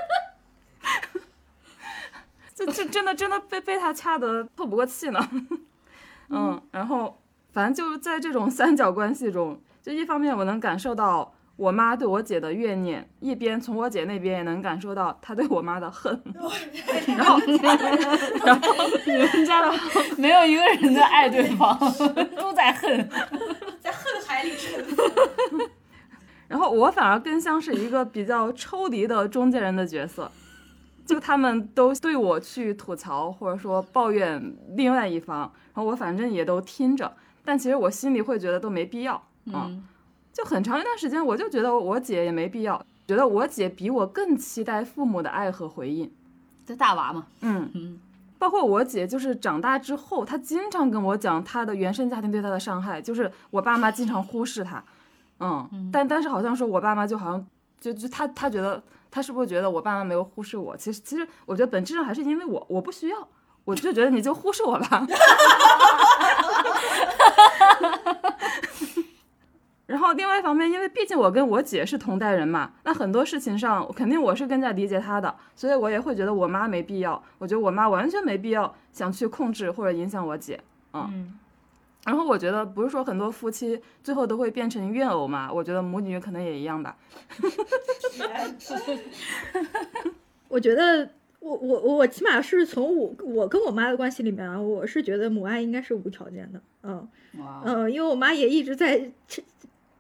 就这真的真的被被他掐得透不过气呢。嗯，然后反正就在这种三角关系中，就一方面我能感受到我妈对我姐的怨念，一边从我姐那边也能感受到她对我妈的恨。然后，然后你们家的没有一个人在爱对方，都在恨， 在恨海里沉。 然后我反而更像是一个比较抽离的中间人的角色。就他们都对我去吐槽或者说抱怨另外一方，然后我反正也都听着，但其实我心里会觉得都没必要啊。嗯，就很长一段时间我就觉得我姐也没必要，觉得我姐比我更期待父母的爱和回应。 这大娃嘛， 嗯嗯，包括我姐就是长大之后，她经常跟我讲她的原生家庭对她的伤害，就是我爸妈经常忽视她，嗯，嗯但但是好像说我爸妈就好像就就她她觉得。他是不是觉得我爸妈没有忽视我？其实，其实我觉得本质上还是因为我，我不需要，我就觉得你就忽视我吧。然后另外一方面，因为毕竟我跟我姐是同代人嘛，那很多事情上肯定我是更加理解她的，所以我也会觉得我妈没必要，我觉得我妈完全没必要想去控制或者影响我姐。嗯。嗯然后我觉得不是说很多夫妻最后都会变成怨偶嘛，我觉得母女可能也一样吧。 我觉得我我我起码是从我我跟我妈的关系里面啊，我是觉得母爱应该是无条件的，嗯嗯，因为我妈也一直在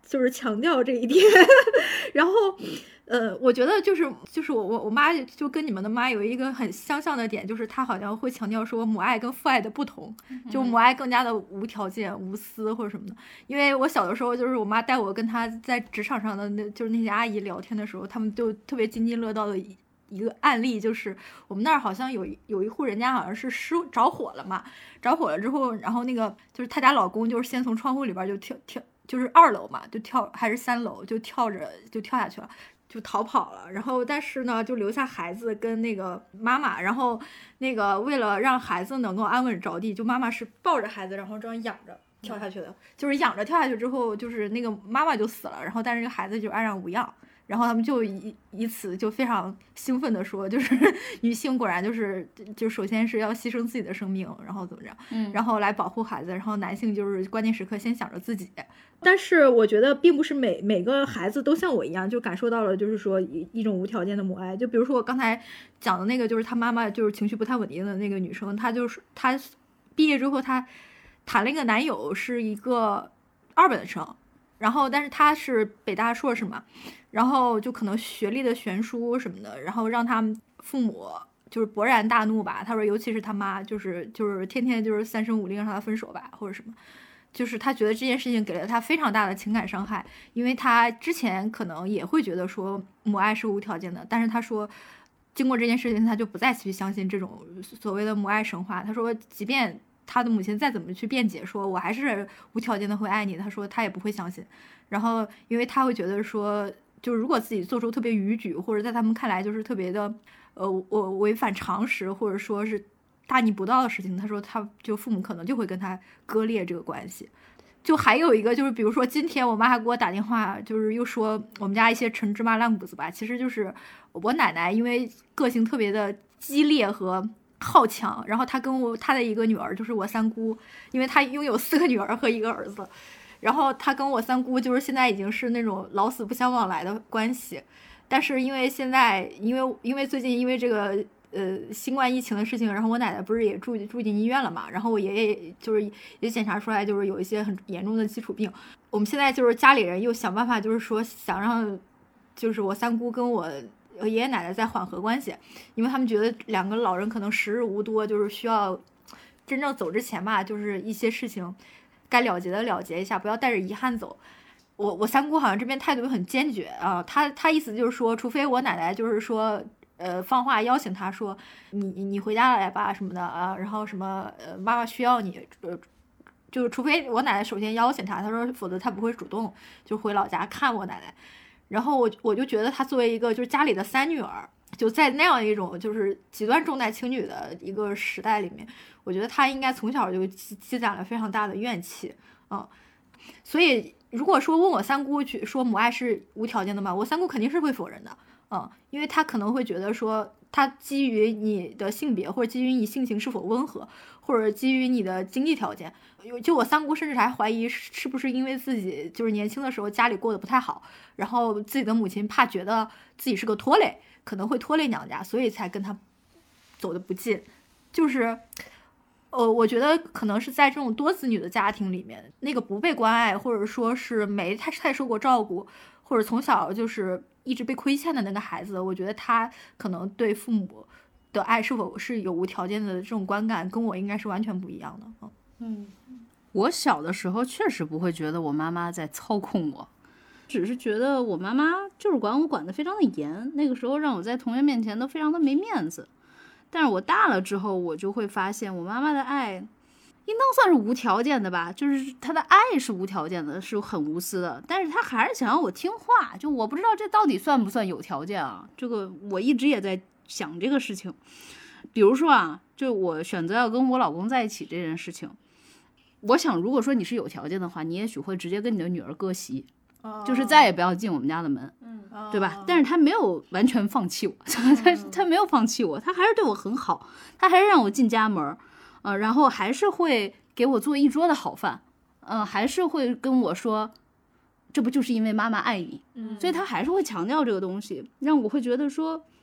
就是强调这一点。然后呃，我觉得就是就是我我我妈就跟你们的妈有一个很相像的点，就是她好像会强调说母爱跟父爱的不同，就母爱更加的无条件、无私或者什么的。因为我小的时候，就是我妈带我跟她在职场上的那就是那些阿姨聊天的时候，她们就特别津津乐道的一一个案例，就是我们那儿好像有有一户人家好像是失着火了嘛，着火了之后，然后那个就是她家老公就是先从窗户里边就跳跳，就是二楼嘛，就跳还是三楼就跳着就跳下去了。就逃跑了，然后但是呢，就留下孩子跟那个妈妈，然后那个为了让孩子能够安稳着地，就妈妈是抱着孩子，然后这样仰着跳下去的，就是仰着跳下去之后，就是那个妈妈就死了，然后但是这个孩子就安然无恙。然后他们就以以此就非常兴奋的说，就是女性果然就是就首先是要牺牲自己的生命，然后怎么着， 嗯， 然后来保护孩子，然后男性就是关键时刻先想着自己。但是我觉得并不是每每个孩子都像我一样，就感受到了就是说一一种无条件的母爱。就比如说我刚才讲的那个，就是他妈妈就是情绪不太稳定的那个女生，她就是她毕业之后，她谈了一个男友是一个二本生。然后，但是他是北大硕士嘛，然后就可能学历的悬殊什么的，然后让他们父母就是勃然大怒吧。他说，尤其是他妈，就是就是天天就是三声五令让他分手吧，或者什么，就是他觉得这件事情给了他非常大的情感伤害，因为他之前可能也会觉得说母爱是无条件的，但是他说，经过这件事情，他就不再去相信这种所谓的母爱神话。他说，即便他的母亲再怎么去辩解说我还是无条件的会爱你，他说他也不会相信。然后因为他会觉得说，就是如果自己做出特别逾矩，或者在他们看来就是特别的呃我违反常识，或者说是大逆不道的事情，他说他就父母可能就会跟他割裂这个关系。就还有一个就是比如说今天我妈还给我打电话，就是又说我们家一些陈芝麻烂谷子吧，其实就是我奶奶因为个性特别的激烈和好强，然后他跟我他的一个女儿就是我三姑，因为他拥有四个女儿和一个儿子，然后他跟我三姑就是现在已经是那种老死不相往来的关系。但是因为现在因为因为最近因为这个呃新冠疫情的事情，然后我奶奶不是也住住进医院了嘛，然后我爷爷就是也检查出来就是有一些很严重的基础病。我们现在就是家里人又想办法，就是说想让就是我三姑跟我爷爷奶奶在缓和关系，因为他们觉得两个老人可能时日无多，就是需要真正走之前吧，就是一些事情该了结的了结一下，不要带着遗憾走。我我三姑好像这边态度很坚决啊，他他意思就是说，除非我奶奶就是说呃放话邀请他说你你回家来吧什么的啊，然后什么呃妈妈需要你，呃就除非我奶奶首先邀请他，他说否则他不会主动就回老家看我奶奶。然后我我就觉得她作为一个就是家里的三女儿，就在那样一种就是极端重男轻女的一个时代里面，我觉得她应该从小就积积攒了非常大的怨气，嗯，所以如果说问我三姑去说母爱是无条件的嘛，我三姑肯定是会否认的，嗯，因为她可能会觉得说，她基于你的性别或者基于你性情是否温和，或者基于你的经济条件。就我三姑甚至还怀疑是不是因为自己就是年轻的时候家里过得不太好，然后自己的母亲怕觉得自己是个拖累，可能会拖累娘家，所以才跟他走得不近。就是呃，我觉得可能是在这种多子女的家庭里面，那个不被关爱或者说是没太太受过照顾，或者从小就是一直被亏欠的那个孩子，我觉得他可能对父母的爱是否是有无条件的这种观感跟我应该是完全不一样的。 嗯， 我小的时候确实不会觉得我妈妈在操控我，只是觉得我妈妈就是管我管得非常的严，那个时候让我在同学面前都非常的没面子。但是我大了之后，我就会发现我妈妈的爱应当算是无条件的吧，就是她的爱是无条件的，是很无私的，但是她还是想让我听话，就我不知道这到底算不算有条件啊，这个我一直也在想这个事情。比如说啊，就我选择要跟我老公在一起这件事情，我想如果说你是有条件的话，你也许会直接跟你的女儿割席，就是再也不要进我们家的门，嗯，对吧？但是他没有完全放弃我，他他没有放弃我，他还是对我很好，他还是让我进家门，呃，然后还是会给我做一桌的好饭，呃，还是会跟我说，这不就是因为妈妈爱你，嗯，所以他还是会强调这个东西，让我会觉得说，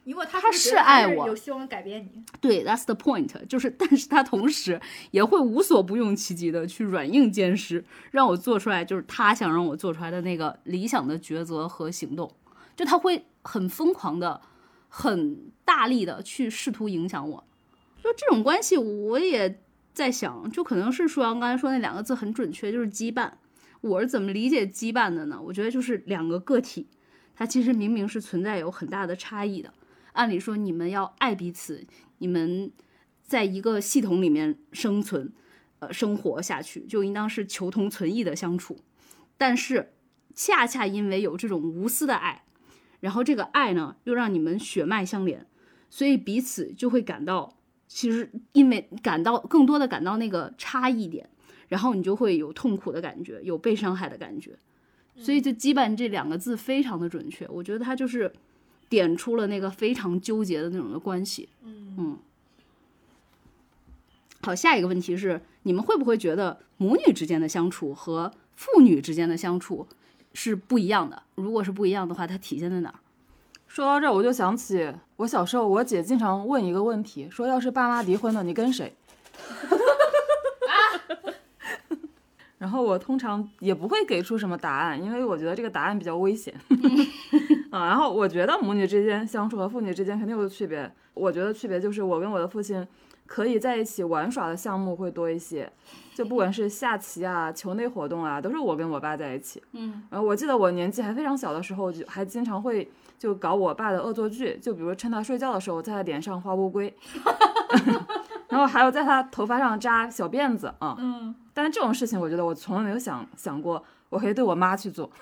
因为他他是爱我， 有希望改变你。 对 ，that's the point， 就是，但是他同时也会无所不用其极的去软硬兼施，让我做出来就是他想让我做出来的那个理想的抉择和行动。就他会很疯狂的、很大力的去试图影响我。就这种关系，我也在想，就可能是舒阳刚才说那两个字很准确，就是羁绊。我是怎么理解羁绊的呢？我觉得就是两个个体，它其实明明是存在有很大的差异的。按理说你们要爱彼此，你们在一个系统里面生存呃生活下去，就应当是求同存异的相处。但是恰恰因为有这种无私的爱，然后这个爱呢又让你们血脉相连，所以彼此就会感到，其实因为感到更多的感到那个差异点，然后你就会有痛苦的感觉，有被伤害的感觉。所以就羁绊这两个字非常的准确，我觉得它就是点出了那个非常纠结的那种的关系。嗯嗯。好，下一个问题是，你们会不会觉得母女之间的相处和父女之间的相处是不一样的？如果是不一样的话，它体现在哪儿？ 说到这儿，我就想起我小时候，我姐经常问一个问题，说要是爸妈离婚了，你跟谁？然后我通常也不会给出什么答案，因为我觉得这个答案比较危险。啊，然后我觉得母女之间相处和父女之间肯定有区别。我觉得区别就是我跟我的父亲可以在一起玩耍的项目会多一些，就不管是下棋啊、球类活动啊，都是我跟我爸在一起。嗯，然后我记得我年纪还非常小的时候，就还经常会就搞我爸的恶作剧，就比如趁他睡觉的时候在他脸上画乌龟。然后还有在他头发上扎小辫子啊，嗯，但是这种事情我觉得我从来没有想想过，我可以对我妈去做。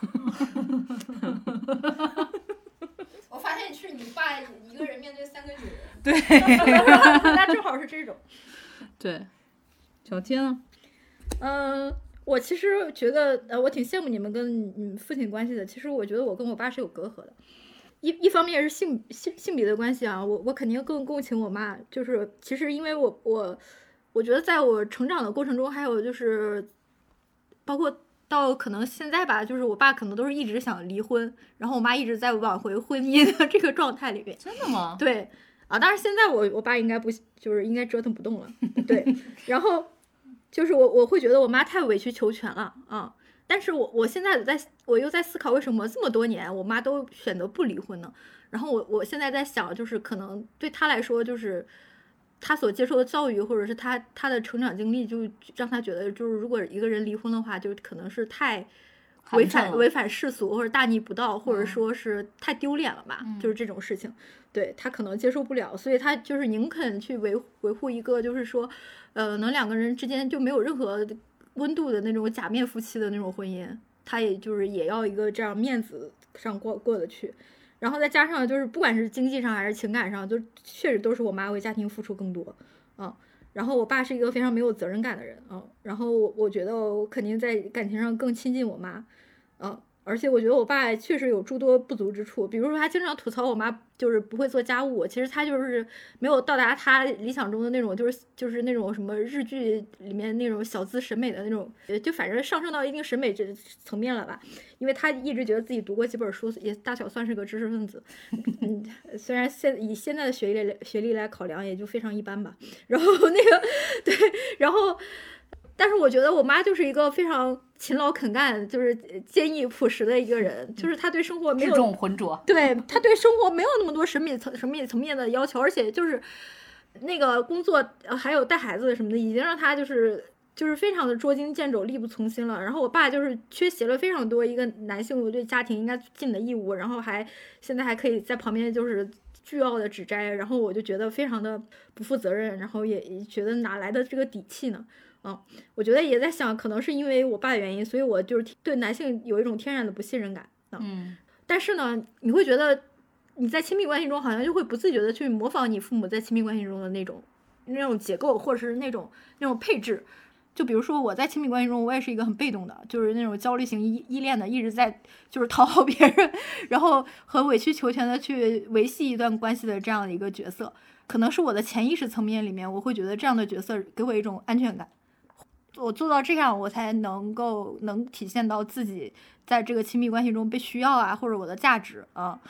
我发现是你爸一个人面对三个女人， 对， 那正好是这种。 对，小天呢？ 嗯，我其实觉得，呃，我挺羡慕你们跟你父亲关系的。其实我觉得我跟我爸是有隔阂的。一一方面是性性性别的关系啊，我我肯定更共情我妈，就是其实因为我我我觉得在我成长的过程中，还有就是包括到可能现在吧，就是我爸可能都是一直想离婚，然后我妈一直在挽回婚姻的这个状态里面。 真的吗？ 对啊，当然现在我我爸应该不就是应该折腾不动了，对，然后就是我我会觉得我妈太委曲求全了啊。但是我我现在在我又在思考，为什么这么多年我妈都选择不离婚呢？然后我我现在在想，就是可能对她来说，就是她所接受的教育，或者是她她的成长经历，就让她觉得，就是如果一个人离婚的话，就可能是太违反违反世俗，或者大逆不道，或者说是太丢脸了吧，嗯、就是这种事情，对她可能接受不了，所以她就是宁肯去维维护一个，就是说，呃，能两个人之间就没有任何温度的那种假面夫妻的那种婚姻，他也就是也要一个这样面子上过过得去，然后再加上就是不管是经济上还是情感上，就确实都是我妈为家庭付出更多啊。然后我爸是一个非常没有责任感的人啊，然后我我觉得我肯定在感情上更亲近我妈啊。而且我觉得我爸确实有诸多不足之处，比如说他经常吐槽我妈就是不会做家务，其实他就是没有到达他理想中的那种，就是就是那种什么日剧里面那种小资审美的那种，就反正上升到一定审美这层面了吧。因为他一直觉得自己读过几本书，也大小算是个知识分子，嗯，虽然现以现在的学历来学历来考量，也就非常一般吧。然后那个对，然后。但是我觉得我妈就是一个非常勤劳肯干，就是坚毅朴实的一个人，就是她对生活没有智重浑浊， 对她对生活没有那么多审美层审美层面的要求，而且就是那个工作还有带孩子什么的，已经让她就是就是非常的捉襟见肘、力不从心了。然后我爸就是缺席了非常多一个男性对家庭应该尽的义务，然后还现在还可以在旁边就是倨傲的指摘，然后我就觉得非常的不负责任，然后也觉得哪来的这个底气呢？嗯，我觉得也在想，可能是因为我爸的原因，所以我就是对男性有一种天然的不信任感。嗯，嗯但是呢，你会觉得你在亲密关系中好像就会不自觉的去模仿你父母在亲密关系中的那种那种结构，或者是那种那种配置。就比如说我在亲密关系中，我也是一个很被动的，就是那种焦虑型依依恋的，一直在就是讨好别人，然后很委曲求全的去维系一段关系的这样的一个角色。可能是我的潜意识层面里面，我会觉得这样的角色给我一种安全感。我做到这样，我才能够能体现到自己在这个亲密关系中被需要啊，或者我的价值啊。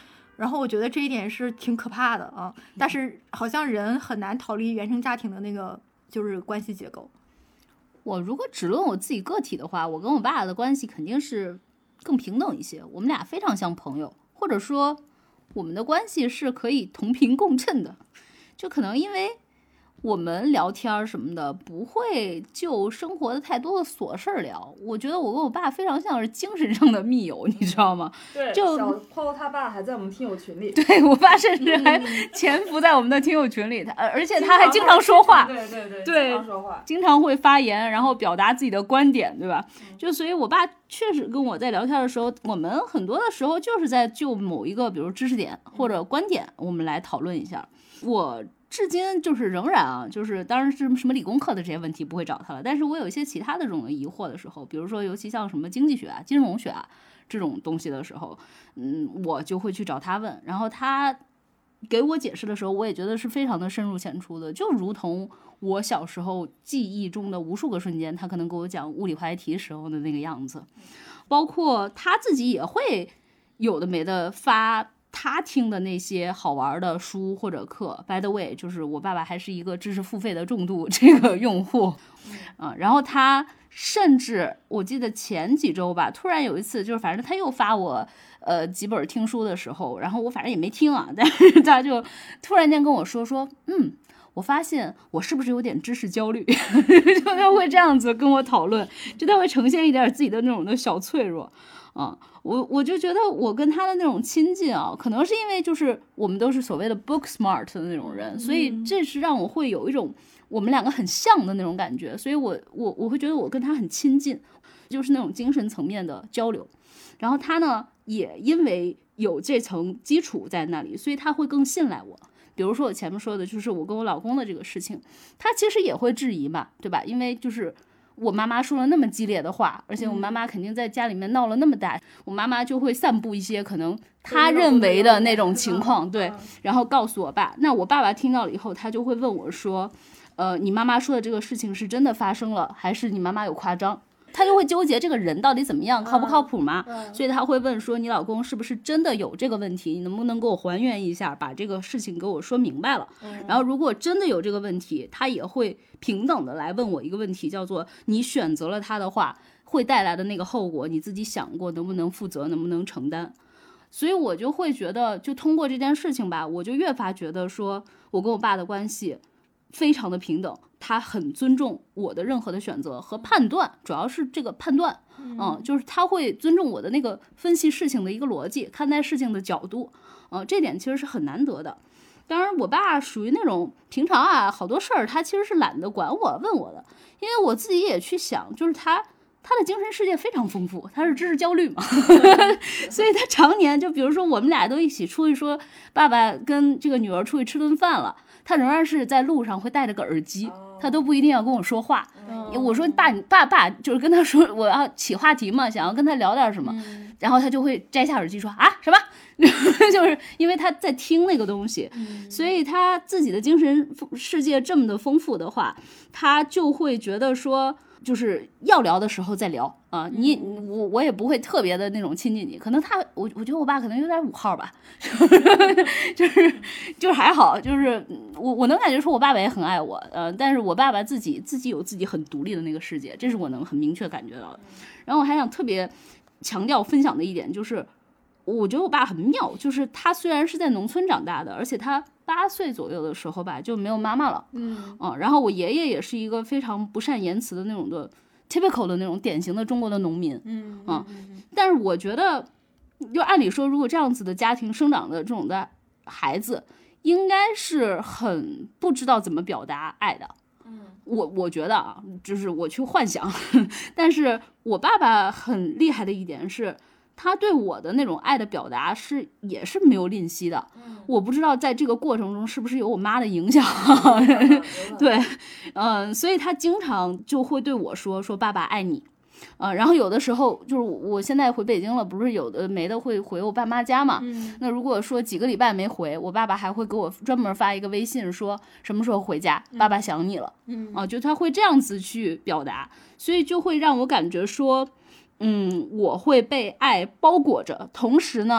然后我觉得这一点是挺可怕的啊，但是好像人很难逃离原生家庭的那个就是关系结构。 我如果只论我自己个体的话，我跟我爸的关系肯定是更平等一些，我们俩非常像朋友，或者说我们的关系是可以同频共振的，就可能因为我们聊天什么的不会就生活的太多的琐事儿聊，我觉得我跟我爸非常像是精神上的密友，你知道吗？ 对， 就小泡他爸还在我们听友群里， 对，我爸甚至还潜伏在我们的听友群里，他而且他还经常说话， 对对对， 对经常说话， 经常会发言，然后表达自己的观点，对吧？就所以我爸确实跟我在聊天的时候，我们很多的时候就是在就某一个比如知识点或者观点，我们来讨论一下。我至今就是仍然啊，就是当然是什么理工科的这些问题不会找他了，但是我有一些其他的这种疑惑的时候，比如说尤其像什么经济学啊、金融学啊这种东西的时候，嗯，我就会去找他问，然后他给我解释的时候，我也觉得是非常的深入浅出的，就如同我小时候记忆中的无数个瞬间，他可能给我讲物理化学题时候的那个样子，包括他自己也会有的没的发他听的那些好玩的书或者课。 by the way， 就是我爸爸还是一个知识付费的重度这个用户啊，然后他甚至我记得前几周吧，突然有一次就是反正他又发我呃几本听书的时候，然后我反正也没听啊，但是他就突然间跟我说说嗯我发现我是不是有点知识焦虑就他会这样子跟我讨论，就他会呈现一点自己的那种的小脆弱啊，我我就觉得我跟他的那种亲近啊，可能是因为就是我们都是所谓的 book smart 的那种人，所以这是让我会有一种我们两个很像的那种感觉，所以我我我会觉得我跟他很亲近，就是那种精神层面的交流。然后他呢也因为有这层基础在那里，所以他会更信赖我。比如说我前面说的就是我跟我老公的这个事情，他其实也会质疑嘛，对吧？因为就是我妈妈说了那么激烈的话，而且我妈妈肯定在家里面闹了那么大，我妈妈就会散布一些可能她认为的那种情况，对，然后告诉我爸。那我爸爸听到了以后，他就会问我说呃，你妈妈说的这个事情是真的发生了，还是你妈妈有夸张？他就会纠结这个人到底怎么样，靠不靠谱嘛、嗯嗯、所以他会问说你老公是不是真的有这个问题，你能不能给我还原一下，把这个事情给我说明白了、嗯、然后如果真的有这个问题，他也会平等的来问我一个问题，叫做你选择了他的话会带来的那个后果，你自己想过能不能负责，能不能承担。所以我就会觉得就通过这件事情吧，我就越发觉得说我跟我爸的关系非常的平等，他很尊重我的任何的选择和判断，主要是这个判断，嗯，就是他会尊重我的那个分析事情的一个逻辑，看待事情的角度，嗯，这点其实是很难得的。当然我爸属于那种平常啊好多事儿他其实是懒得管我问我的，因为我自己也去想，就是他他的精神世界非常丰富，他是知识焦虑嘛所以他常年就比如说我们俩都一起出去，说爸爸跟这个女儿出去吃顿饭了，他仍然是在路上会带着个耳机，他都不一定要跟我说话、哦、我说爸爸爸就是跟他说我要起话题嘛，想要跟他聊点什么、嗯、然后他就会摘下耳机说啊什么就是因为他在听那个东西、嗯、所以他自己的精神世界这么的丰富的话，他就会觉得说就是要聊的时候再聊啊，你我我也不会特别的那种亲近你，可能他我我觉得我爸可能有点五号吧就是就是还好，就是我我能感觉出我爸爸也很爱我，呃，但是我爸爸自己自己有自己很独立的那个世界，这是我能很明确感觉到的。然后我还想特别强调分享的一点就是，我觉得我爸很妙，就是他虽然是在农村长大的，而且他八岁左右的时候吧就没有妈妈了，嗯啊，然后我爷爷也是一个非常不善言辞的那种的 typical 的那种典型的中国的农民，嗯啊，但是我觉得就按理说如果这样子的家庭生长的这种的孩子应该是很不知道怎么表达爱的，嗯，我我觉得啊，就是我去幻想但是我爸爸很厉害的一点是他对我的那种爱的表达是也是没有吝惜的、嗯、我不知道在这个过程中是不是有我妈的影响对，嗯、呃，所以他经常就会对我说说爸爸爱你，呃，然后有的时候就是我现在回北京了，不是有的没的会回我爸妈家嘛、嗯、那如果说几个礼拜没回，我爸爸还会给我专门发一个微信说什么时候回家、嗯、爸爸想你了，嗯啊、呃，就他会这样子去表达，所以就会让我感觉说嗯，我会被爱包裹着，同时呢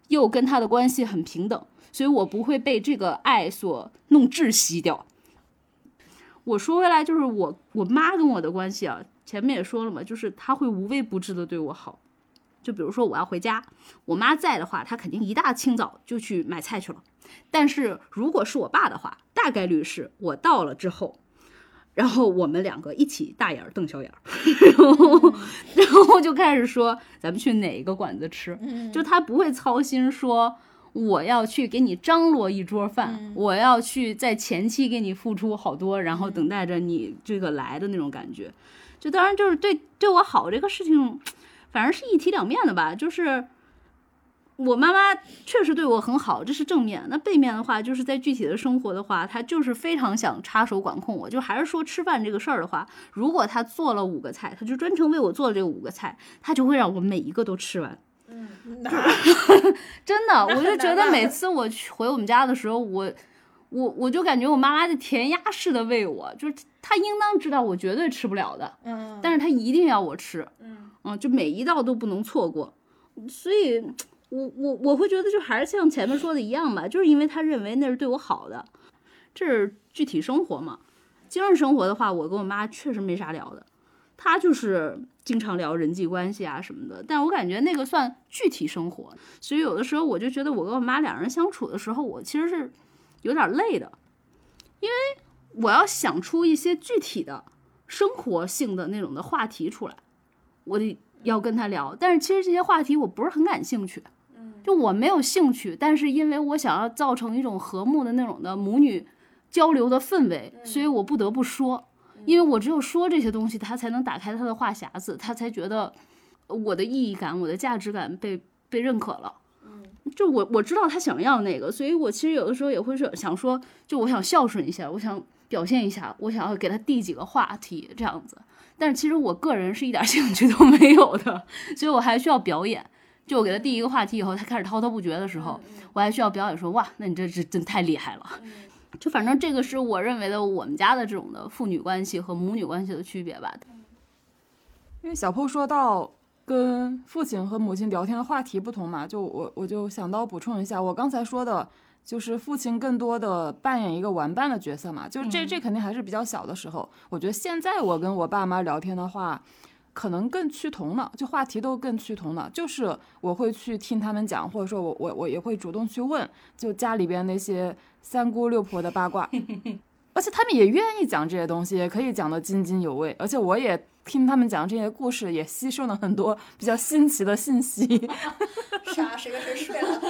又跟他的关系很平等，所以我不会被这个爱所弄窒息掉。我说回来，就是我我妈跟我的关系啊，前面也说了嘛，就是她会无微不至的对我好。就比如说我要回家，我妈在的话，她肯定一大清早就去买菜去了。但是如果是我爸的话，大概率是我到了之后，然后我们两个一起大眼瞪小眼，然后、嗯、然后就开始说咱们去哪个馆子吃，嗯、就他不会操心说我要去给你张罗一桌饭、嗯、我要去在前期给你付出好多，然后等待着你这个来的那种感觉。就当然就是对对我好这个事情反正是一体两面的吧，就是我妈妈确实对我很好，这是正面。那背面的话，就是在具体的生活的话，她就是非常想插手管控我。就还是说吃饭这个事儿的话，如果她做了五个菜，她就专程为我做了这五个菜，她就会让我每一个都吃完。 嗯， 真的，我就觉得每次我去回我们家的时候，我我我就感觉我妈妈在填鸭式的喂我，就是她应当知道我绝对吃不了的， 嗯， 但是她一定要我吃， 嗯嗯，就每一道都不能错过，所以。我我我会觉得就还是像前面说的一样吧，就是因为他认为那是对我好的，这是具体生活嘛。精神生活的话，我跟我妈确实没啥聊的，她就是经常聊人际关系啊什么的，但我感觉那个算具体生活，所以有的时候我就觉得我跟我妈两人相处的时候，我其实是有点累的，因为我要想出一些具体的生活性的那种的话题出来，我得要跟她聊，但是其实这些话题我不是很感兴趣。就我没有兴趣，但是因为我想要造成一种和睦的那种的母女交流的氛围，所以我不得不说，因为我只有说这些东西，他才能打开他的话匣子，他才觉得我的意义感、我的价值感被被认可了。就我我知道他想要那个，所以我其实有的时候也会是想说，就我想孝顺一下，我想表现一下，我想要给他递几个话题这样子，但是其实我个人是一点兴趣都没有的，所以我还需要表演。就我给他第一个话题以后，他开始滔滔不绝的时候，我还需要表演说，哇，那你这这真太厉害了。就反正这个是我认为的我们家的这种的父女关系和母女关系的区别吧。 因为小铺说到跟父亲和母亲聊天的话题不同嘛，就我我就想到补充一下，我刚才说的就是父亲更多的扮演一个玩伴的角色嘛，就这这肯定还是比较小的时候。我觉得现在我跟我爸妈聊天的话，可能更趋同了，就话题都更趋同了，就是我会去听他们讲，或者说我我我也会主动去问，就家里边那些三姑六婆的八卦，而且他们也愿意讲这些东西，也可以讲得津津有味，而且我也听他们讲这些故事，也吸收了很多比较新奇的信息。 啥？谁跟谁睡了？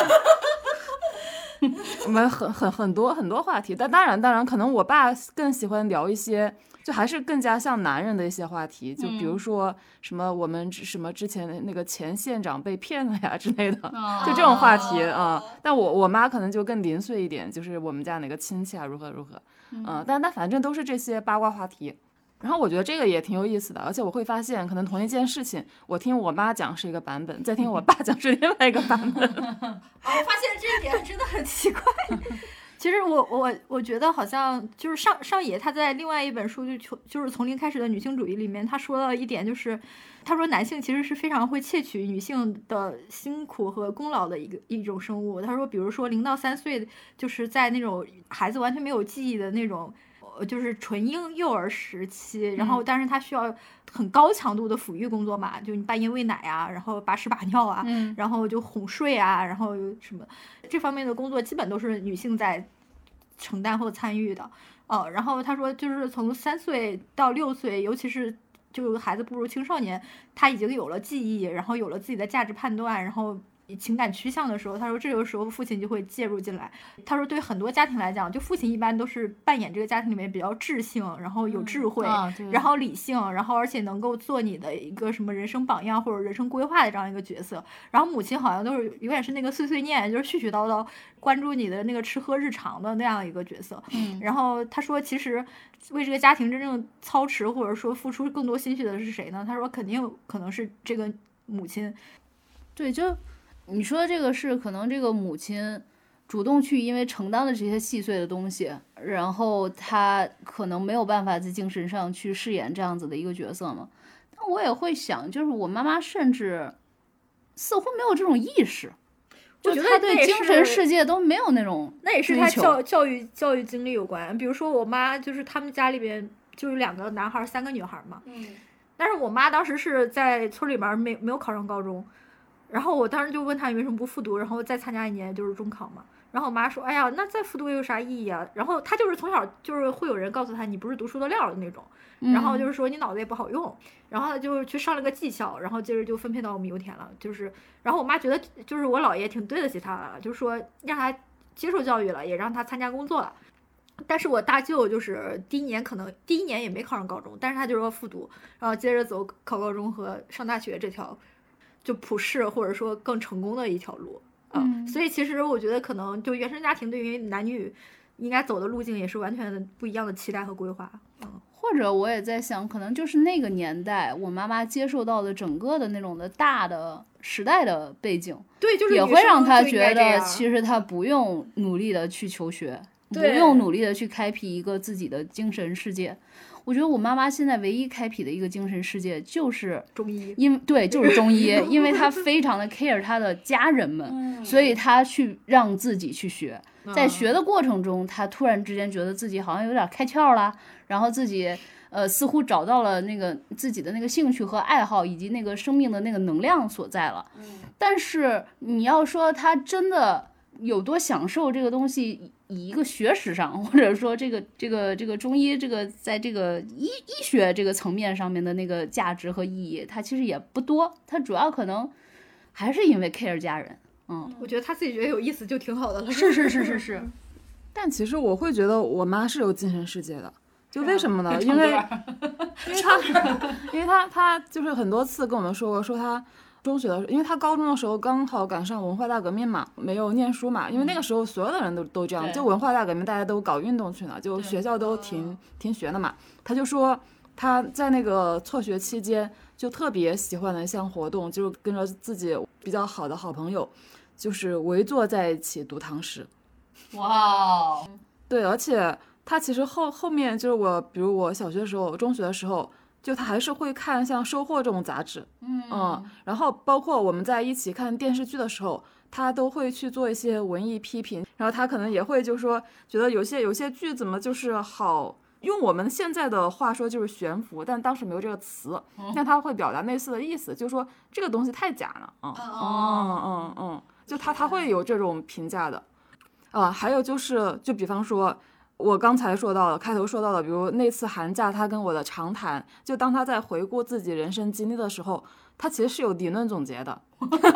我们很很很多很多话题，但当然当然，可能我爸更喜欢聊一些。就还是更加像男人的一些话题，就比如说什么我们什么之前那个前县长被骗了呀之类的， 哦、 就这种话题啊、嗯。但我我妈可能就更零碎一点，就是我们家哪个亲戚啊如何如何，嗯，嗯但但反正都是这些八卦话题。然后我觉得这个也挺有意思的，而且我会发现，可能同一件事情，我听我妈讲是一个版本，再听我爸讲是另外一个版本。 啊，我发现这一点真的很奇怪。 其实我我我觉得好像就是上上野他在另外一本书就就是从零开始的女性主义里面，他说了一点，就是他说男性其实是非常会窃取女性的辛苦和功劳的一个一种生物。他说，比如说零到三岁，就是在那种孩子完全没有记忆的那种。就是纯婴幼儿时期，然后但是他需要很高强度的抚育工作嘛，就你半夜喂奶啊，然后把屎把尿啊， 嗯， 然后就哄睡啊，然后什么这方面的工作基本都是女性在承担或参与的。哦，然后他说就是从三岁到六岁，尤其是就孩子步入青少年，他已经有了记忆，然后有了自己的价值判断，然后情感趋向的时候，他说这个时候父亲就会介入进来。他说对很多家庭来讲，就父亲一般都是扮演这个家庭里面比较智性，然后有智慧， 嗯啊、 然后理性，然后而且能够做你的一个什么人生榜样或者人生规划的这样一个角色。然后母亲好像都是永远是那个碎碎念，就是絮絮叨叨关注你的那个吃喝日常的那样一个角色。 嗯， 然后他说其实为这个家庭真正操持或者说付出更多心血的是谁呢？他说肯定可能是这个母亲。 对，就你说的这个是可能这个母亲主动去因为承担了这些细碎的东西，然后她可能没有办法在精神上去饰演这样子的一个角色嘛。但我也会想，就是我妈妈甚至似乎没有这种意识， 我觉得他那也对精神是世界都没有那种那也是他追求教教育教育经历有关。比如说我妈就是他们家里边就是两个男孩儿三个女孩儿嘛， 嗯， 但是我妈当时是在村里边儿没没有考上高中，然后我当时就问她你为什么不复读，然后再参加一年就是中考嘛。然后我妈说：“哎呀，那再复读有啥意义啊？”然后她就是从小就是会有人告诉她你不是读书的料的那种，然后就是说你脑子也不好用，然后她就去上了个技校，然后接着就分配到我们油田了。就是，然后我妈觉得就是我姥爷挺对得起她的，就是说让她接受教育了，也让她参加工作了。但是我大舅就是第一年可能第一年也没考上高中，但是他就是说复读，然后接着走考高中和上大学这条就普世或者说更成功的一条路啊、嗯。所以其实我觉得可能就原生家庭对于男女应该走的路径也是完全不一样的期待和规划。嗯， 或者我也在想，可能就是那个年代我妈妈接受到的整个的那种的大的时代的背景， 对，就是也会让她觉得女生就应该这样其实她不用努力的去求学，不对用努力的去开辟一个自己的精神世界。我觉得我妈妈现在唯一开辟的一个精神世界就是中医， 因对就是中医，因为她非常的 care 她的家人们， 嗯所以她去让自己去学。在嗯学的过程中，她突然之间觉得自己好像有点开窍了，然后自己呃似乎找到了那个自己的那个兴趣和爱好，以及那个生命的那个能量所在了。但是你要说她真的有多享受这个东西，以一个学识上，或者说这个这个这个中医这个在这个医医学这个层面上面的那个价值和意义，它其实也不多。它主要可能还是因为 care 家人。嗯， 我觉得他自己觉得有意思就挺好的了。 是是是是是， 但其实我会觉得我妈是有精神世界的，就为什么呢？因为因为她因为她她就是很多次跟我们说过，说她中学的时候，因为她高中的时候刚好赶上文化大革命嘛，没有念书嘛，因为那个时候所有的人都都这样， 对就文化大革命大家都搞运动去了，就学校都停停学了嘛。她就说她在那个辍学期间就特别喜欢的一项活动，就是跟着自己比较好的好朋友，就是围坐在一起读唐诗。 哇哦， 对，而且他其实后后面就是我，比如我小学的时候、中学的时候，就他还是会看像《收获》这种杂志， 嗯嗯，然后包括我们在一起看电视剧的时候，他都会去做一些文艺批评，然后他可能也会就说，觉得有些有些剧怎么就是好。用我们现在的话说就是悬浮，但当时没有这个词，但他会表达类似的意思，就是说这个东西太假了，嗯嗯嗯嗯，就他他会有这种评价的。啊，还有就是，就比方说，我刚才说到的，开头说到的，比如那次寒假他跟我的长谈，就当他在回顾自己人生经历的时候，他其实是有理论总结的，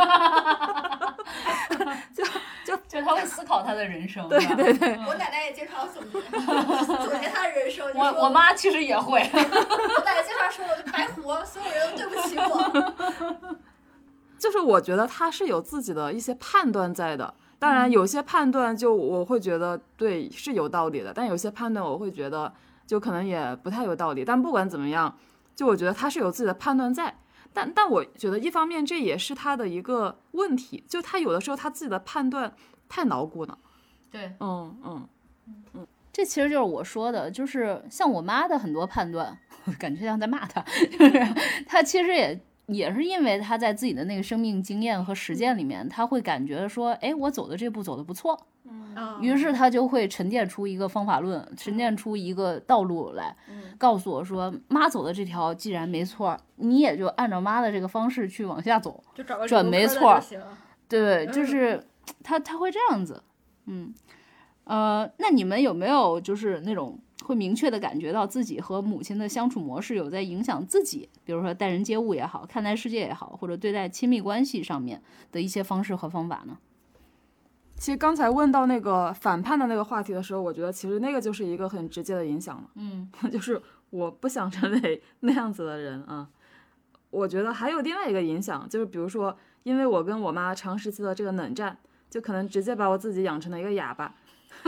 就就就他会思考他的人生。 对对对， 我奶奶也经常总结总结她的人生。就说我我妈其实也会。 我奶奶经常说我就白活，所有人都对不起我。 就是我觉得他是有自己的一些判断在的。当然，有些判断就我会觉得对是有道理的，但有些判断我会觉得就可能也不太有道理。但不管怎么样，就我觉得他是有自己的判断在。但但我觉得一方面这也是他的一个问题，就他有的时候他自己的判断太牢固了。 对， 嗯嗯嗯，这其实就是我说的，就是像我妈的很多判断，感觉像在骂她，就是她其实也。也是因为他在自己的那个生命经验和实践里面，他会感觉说，哎，我走的这步走的不错， 嗯， 于是他就会沉淀出一个方法论，沉淀出一个道路来，告诉我说，妈走的这条既然没错，你也就按照妈的这个方式去往下走， 就找个准没错， 就对，就是他他会这样子，嗯，呃，那你们有没有就是那种会明确的感觉到自己和母亲的相处模式有在影响自己，比如说待人接物也好，看待世界也好，或者对待亲密关系上面的一些方式和方法呢？ 其实刚才问到那个反叛的那个话题的时候，我觉得其实那个就是一个很直接的影响了， 嗯， 就是我不想成为那样子的人啊。我觉得还有另外一个影响，就是比如说，因为我跟我妈长时期的这个冷战，就可能直接把我自己养成了一个哑巴。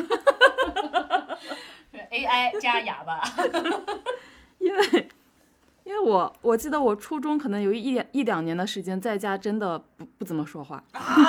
A I 加哑巴， 因为因为我我记得我初中可能有一两一两年的时间在家真的不不怎么说话，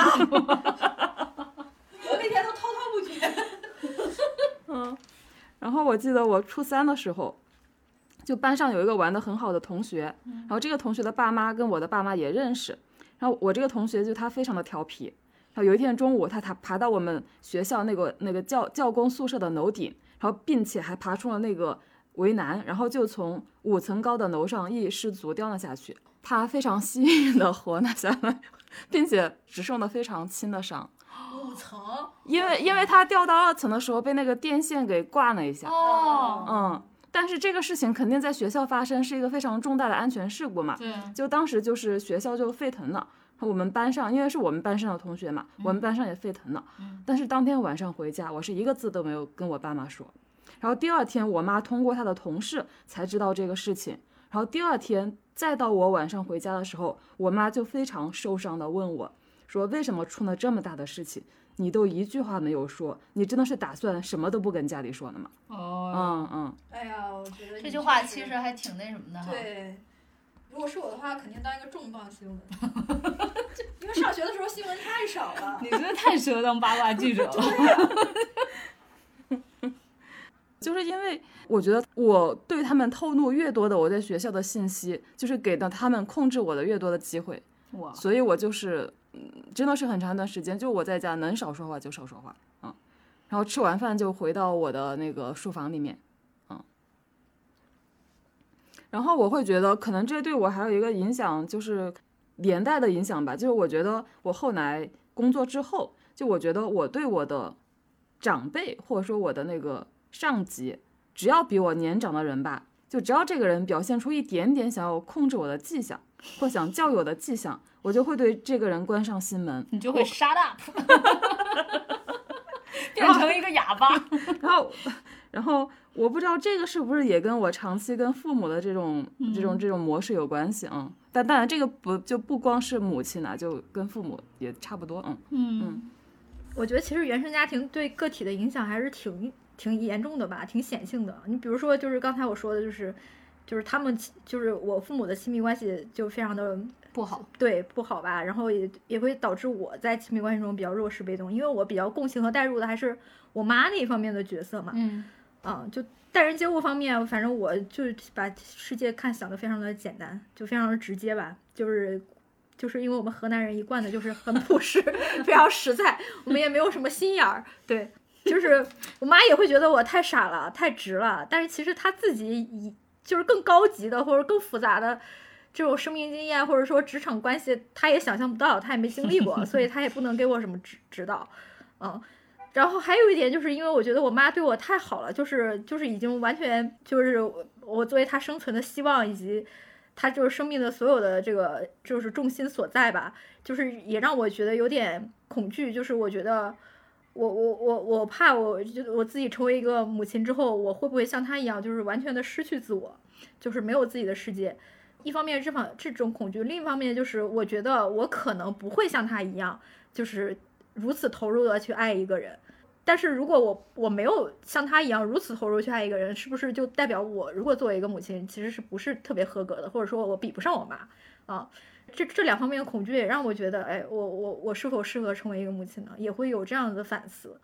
我那天都滔滔不绝。 嗯，然后我记得我初三的时候，就班上有一个玩得很好的同学，然后这个同学的爸妈跟我的爸妈也认识，然后我这个同学就他非常的调皮， 然后有一天中午，他他爬到我们学校那个那个教教工宿舍的楼顶，然后并且还爬出了那个围栏，然后就从五层高的楼上一失足掉了下去。他非常幸运的活了下来，并且只受了非常轻的伤。 五层， 因为因为他掉到二层的时候被那个电线给挂了一下。 哦， 嗯，但是这个事情肯定在学校发生，是一个非常重大的安全事故嘛。 对， 就当时就是学校就沸腾了。我们班上，因为是我们班上的同学嘛，我们班上也沸腾了。但是当天晚上回家，我是一个字都没有跟我爸妈说。然后第二天，我妈通过她的同事才知道这个事情。然后第二天，再到我晚上回家的时候，我妈就非常受伤的问我，说为什么出了这么大的事情，你都一句话没有说，你真的是打算什么都不跟家里说了吗？ 哦， 嗯嗯。 哎呀，我觉得这句话其实还挺那什么的哈。 对。如果是我的话，肯定当一个重磅新闻，因为上学的时候新闻太少了。 你真的太适合当八卦记者了。 就是因为我觉得我对他们透露越多的我在学校的信息，就是给到他们控制我的越多的机会。 哇！ 所以我就是嗯，真的是很长一段时间，就我在家能少说话就少说话，嗯，然后吃完饭就回到我的那个书房里面。然后我会觉得，可能这对我还有一个影响，就是连带的影响吧。就是我觉得我后来工作之后，就我觉得我对我的长辈或者说我的那个上级，只要比我年长的人吧，就只要这个人表现出一点点想要控制我的迹象，或想教育我的迹象，我就会对这个人关上心门， 你就会 shut up， 变成一个哑巴。 然后，然后。我不知道这个是不是也跟我长期跟父母的这种、嗯、这种这种模式有关系啊、嗯？但当然这个不就不光是母亲了，就跟父母也差不多。嗯嗯嗯， 我觉得其实原生家庭对个体的影响还是挺挺严重的吧，挺显性的。你比如说，就是刚才我说的，就是就是他们就是我父母的亲密关系就非常的不好， 对不好吧，然后也也会导致我在亲密关系中比较弱势被动，因为我比较共情和代入的还是我妈那一方面的角色嘛。 嗯。 啊，就待人接物方面，反正我就把世界看想的非常的简单，就非常的直接吧，就是就是因为我们河南人一贯的就是很朴实，非常实在，我们也没有什么心眼儿。对，就是我妈也会觉得我太傻了，太直了，但是其实她自己以就是更高级的或者更复杂的这种生命经验或者说职场关系，她也想象不到，她也没经历过，所以她也不能给我什么指指导，嗯。然后还有一点就是因为我觉得我妈对我太好了，就是就是已经完全就是我作为她生存的希望，以及她就是生命的所有的这个就是重心所在吧，就是也让我觉得有点恐惧，就是我觉得我我我我怕我就我自己成为一个母亲之后，我会不会像她一样，就是完全的失去自我，就是没有自己的世界。一方面这方这种恐惧，另一方面就是我觉得我可能不会像她一样，就是如此投入的去爱一个人。但是如果我我没有像他一样如此投入去爱一个人，是不是就代表我如果作为一个母亲其实是不是特别合格的，或者说我比不上我妈啊？这这两方面的恐惧也让我觉得，哎，我我我是否适合成为一个母亲呢？也会有这样的反思。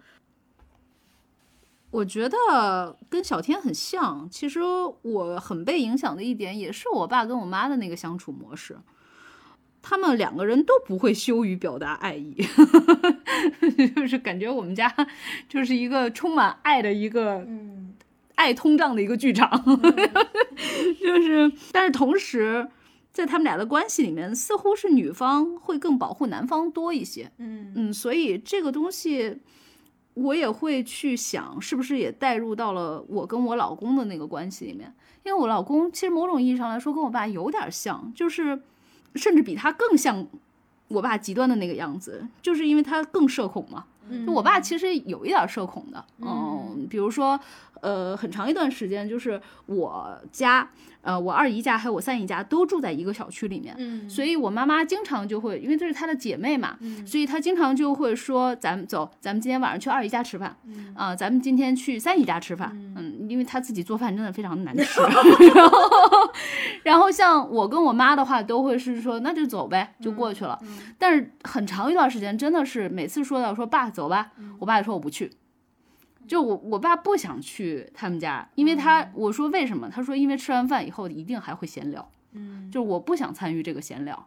我觉得跟小天很像，其实我很被影响的一点也是我爸跟我妈的那个相处模式。他们两个人都不会羞于表达爱意，就是感觉我们家就是一个充满爱的一个， 嗯， 爱通胀的一个剧场，就是，但是同时在他们俩的关系里面，似乎是女方会更保护男方多一些， 嗯嗯，所以这个东西我也会去想，是不是也带入到了我跟我老公的那个关系里面，因为我老公其实某种意义上来说跟我爸有点像，就是甚至比他更像我爸极端的那个样子，就是因为他更社恐嘛。就我爸其实有一点社恐的，嗯，嗯比如说，呃，很长一段时间，就是我家，呃，我二姨家还有我三姨家都住在一个小区里面， 嗯， 所以我妈妈经常就会，因为这是她的姐妹嘛， 嗯， 所以她经常就会说，咱们走，咱们今天晚上去二姨家吃饭， 嗯啊、呃，咱们今天去三姨家吃饭，嗯，嗯因为她自己做饭真的非常难吃，然后，然后像我跟我妈的话，都会是说，那就走呗，就过去了， 嗯嗯、 但是很长一段时间，真的是每次说到说爸走吧，我爸就说我不去。就我我爸不想去他们家，因为他我说为什么？他说因为吃完饭以后一定还会闲聊， 嗯， 就我不想参与这个闲聊，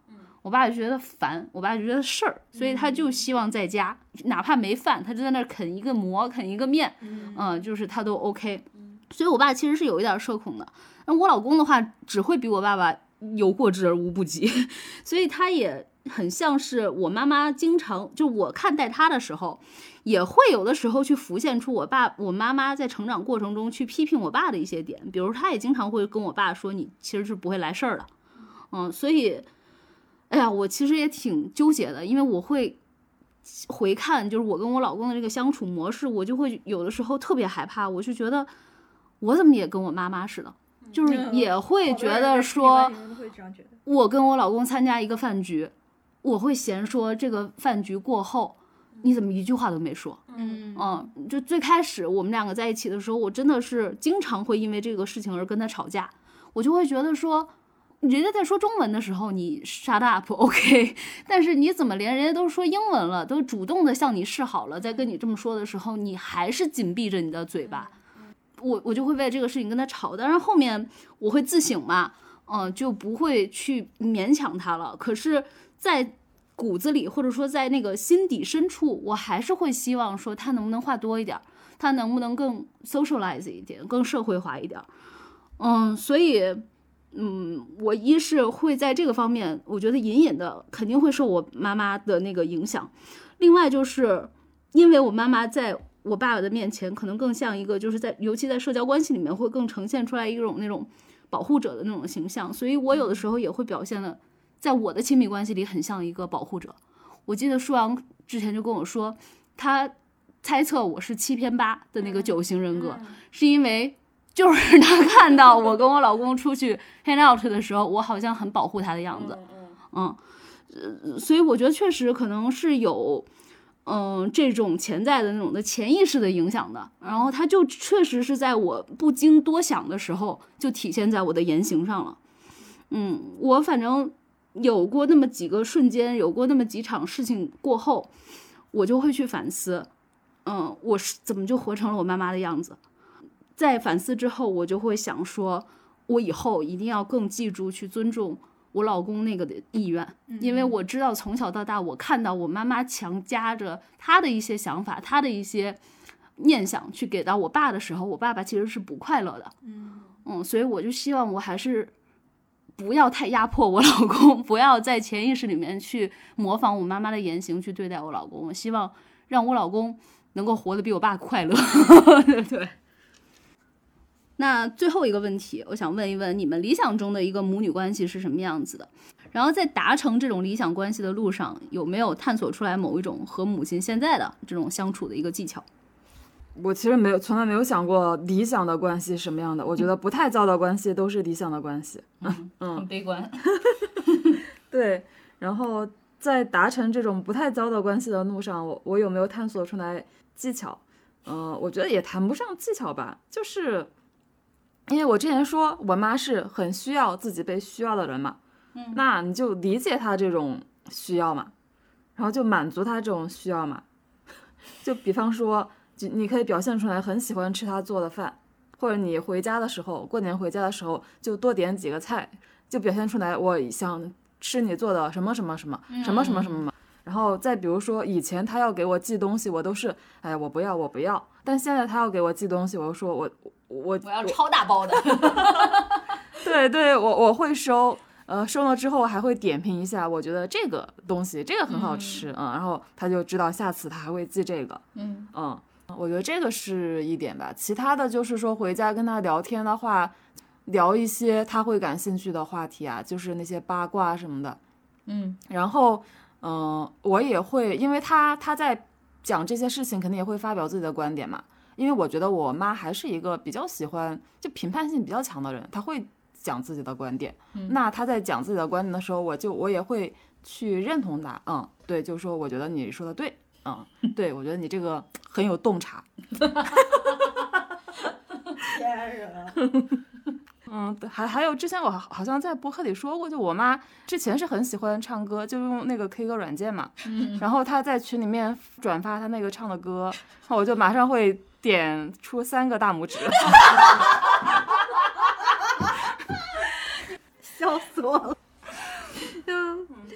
我爸就觉得烦，我爸就觉得事儿，所以他就希望在家，哪怕没饭，他就在那儿啃一个馍，啃一个面，嗯、呃，就是他都 OK。所以我爸其实是有一点社恐的。那我老公的话，只会比我爸爸有过之而无不及，所以他也很像是我妈妈经常就我看待他的时候，也会有的时候去浮现出我爸我妈妈在成长过程中去批评我爸的一些点，比如他也经常会跟我爸说你其实是不会来事儿的，嗯，所以哎呀，我其实也挺纠结的，因为我会回看就是我跟我老公的这个相处模式，我就会有的时候特别害怕，我就觉得我怎么也跟我妈妈似的，就是也会觉得说我跟我老公参加一个饭局，我会嫌说这个饭局过后你怎么一句话都没说，嗯嗯，就最开始我们两个在一起的时候，我真的是经常会因为这个事情而跟他吵架，我就会觉得说人家在说中文的时候你 shut up OK， 但是你怎么连人家都说英文了，都主动的向你示好了，在跟你这么说的时候你还是紧闭着你的嘴巴，我我就会为这个事情跟他吵，但是后面我会自省嘛，嗯、呃，就不会去勉强他了，可是在骨子里或者说在那个心底深处，我还是会希望说他能不能话多一点，他能不能更 socialize 一点，更社会化一点，嗯，所以嗯，我一是会在这个方面，我觉得隐隐的肯定会受我妈妈的那个影响。另外就是因为我妈妈在我爸爸的面前，可能更像一个就是在尤其在社交关系里面会更呈现出来一种那种保护者的那种形象，所以我有的时候也会表现的在我的亲密关系里很像一个保护者。我记得舒阳之前就跟我说，他猜测我是七偏八的那个九型人格，是因为就是他看到我跟我老公出去 hang out 的时候，我好像很保护他的样子，嗯，呃，所以我觉得确实可能是有，嗯，这种潜在的那种的潜意识的影响的，然后他就确实是在我不经多想的时候，就体现在我的言行上了，嗯，我反正有过那么几个瞬间，有过那么几场事情过后，我就会去反思，嗯，我是怎么就活成了我妈妈的样子。在反思之后，我就会想说，我以后一定要更记住去尊重我老公那个的意愿，因为我知道从小到大，我看到我妈妈强加着她的一些想法，她的一些念想去给到我爸的时候，我爸爸其实是不快乐的。嗯嗯，所以我就希望我还是不要太压迫我老公，不要在潜意识里面去模仿我妈妈的言行去对待我老公。我希望让我老公能够活得比我爸快乐。对。那最后一个问题，我想问一问你们理想中的一个母女关系是什么样子的？然后在达成这种理想关系的路上，有没有探索出来某一种和母亲现在的这种相处的一个技巧？ 我其实没有，从来没有想过理想的关系什么样的。我觉得不太糟的关系都是理想的关系。 嗯，嗯很悲观。 对，然后在达成这种不太糟的关系的路上，我我有没有探索出来技巧？嗯、呃，我觉得也谈不上技巧吧，就是。因为我之前说我妈是很需要自己被需要的人嘛，嗯，那你就理解她这种需要嘛，然后就满足她这种需要嘛。就比方说，就你可以表现出来很喜欢吃她做的饭，或者你回家的时候，过年回家的时候就多点几个菜，就表现出来我想吃你做的什么什么什么什么什么什么嘛。然后再比如说，以前他要给我寄东西，我都是哎我不要我不要，但现在他要给我寄东西，我就说我我我要超大包的。 对对，我我会收，呃，收了之后还会点评一下，我觉得这个东西这个很好吃，嗯，嗯然后他就知道下次他还会寄这个，嗯嗯，我觉得这个是一点吧。其他的就是说回家跟他聊天的话，聊一些他会感兴趣的话题啊，就是那些八卦什么的，嗯，然后。嗯、呃，我也会，因为他他在讲这些事情，肯定也会发表自己的观点嘛。因为我觉得我妈还是一个比较喜欢就评判性比较强的人，她会讲自己的观点。嗯、那她在讲自己的观点的时候，我就我也会去认同她。嗯，对，就是说我觉得你说的对。嗯，对，我觉得你这个很有洞察。 天人。 嗯，还还有之前我好像在博客里说过，就我妈之前是很喜欢唱歌，就用那个 K 歌软件嘛，嗯、然后她在群里面转发她那个唱的歌，我就马上会点出三个大拇指， 笑死我了。嗯，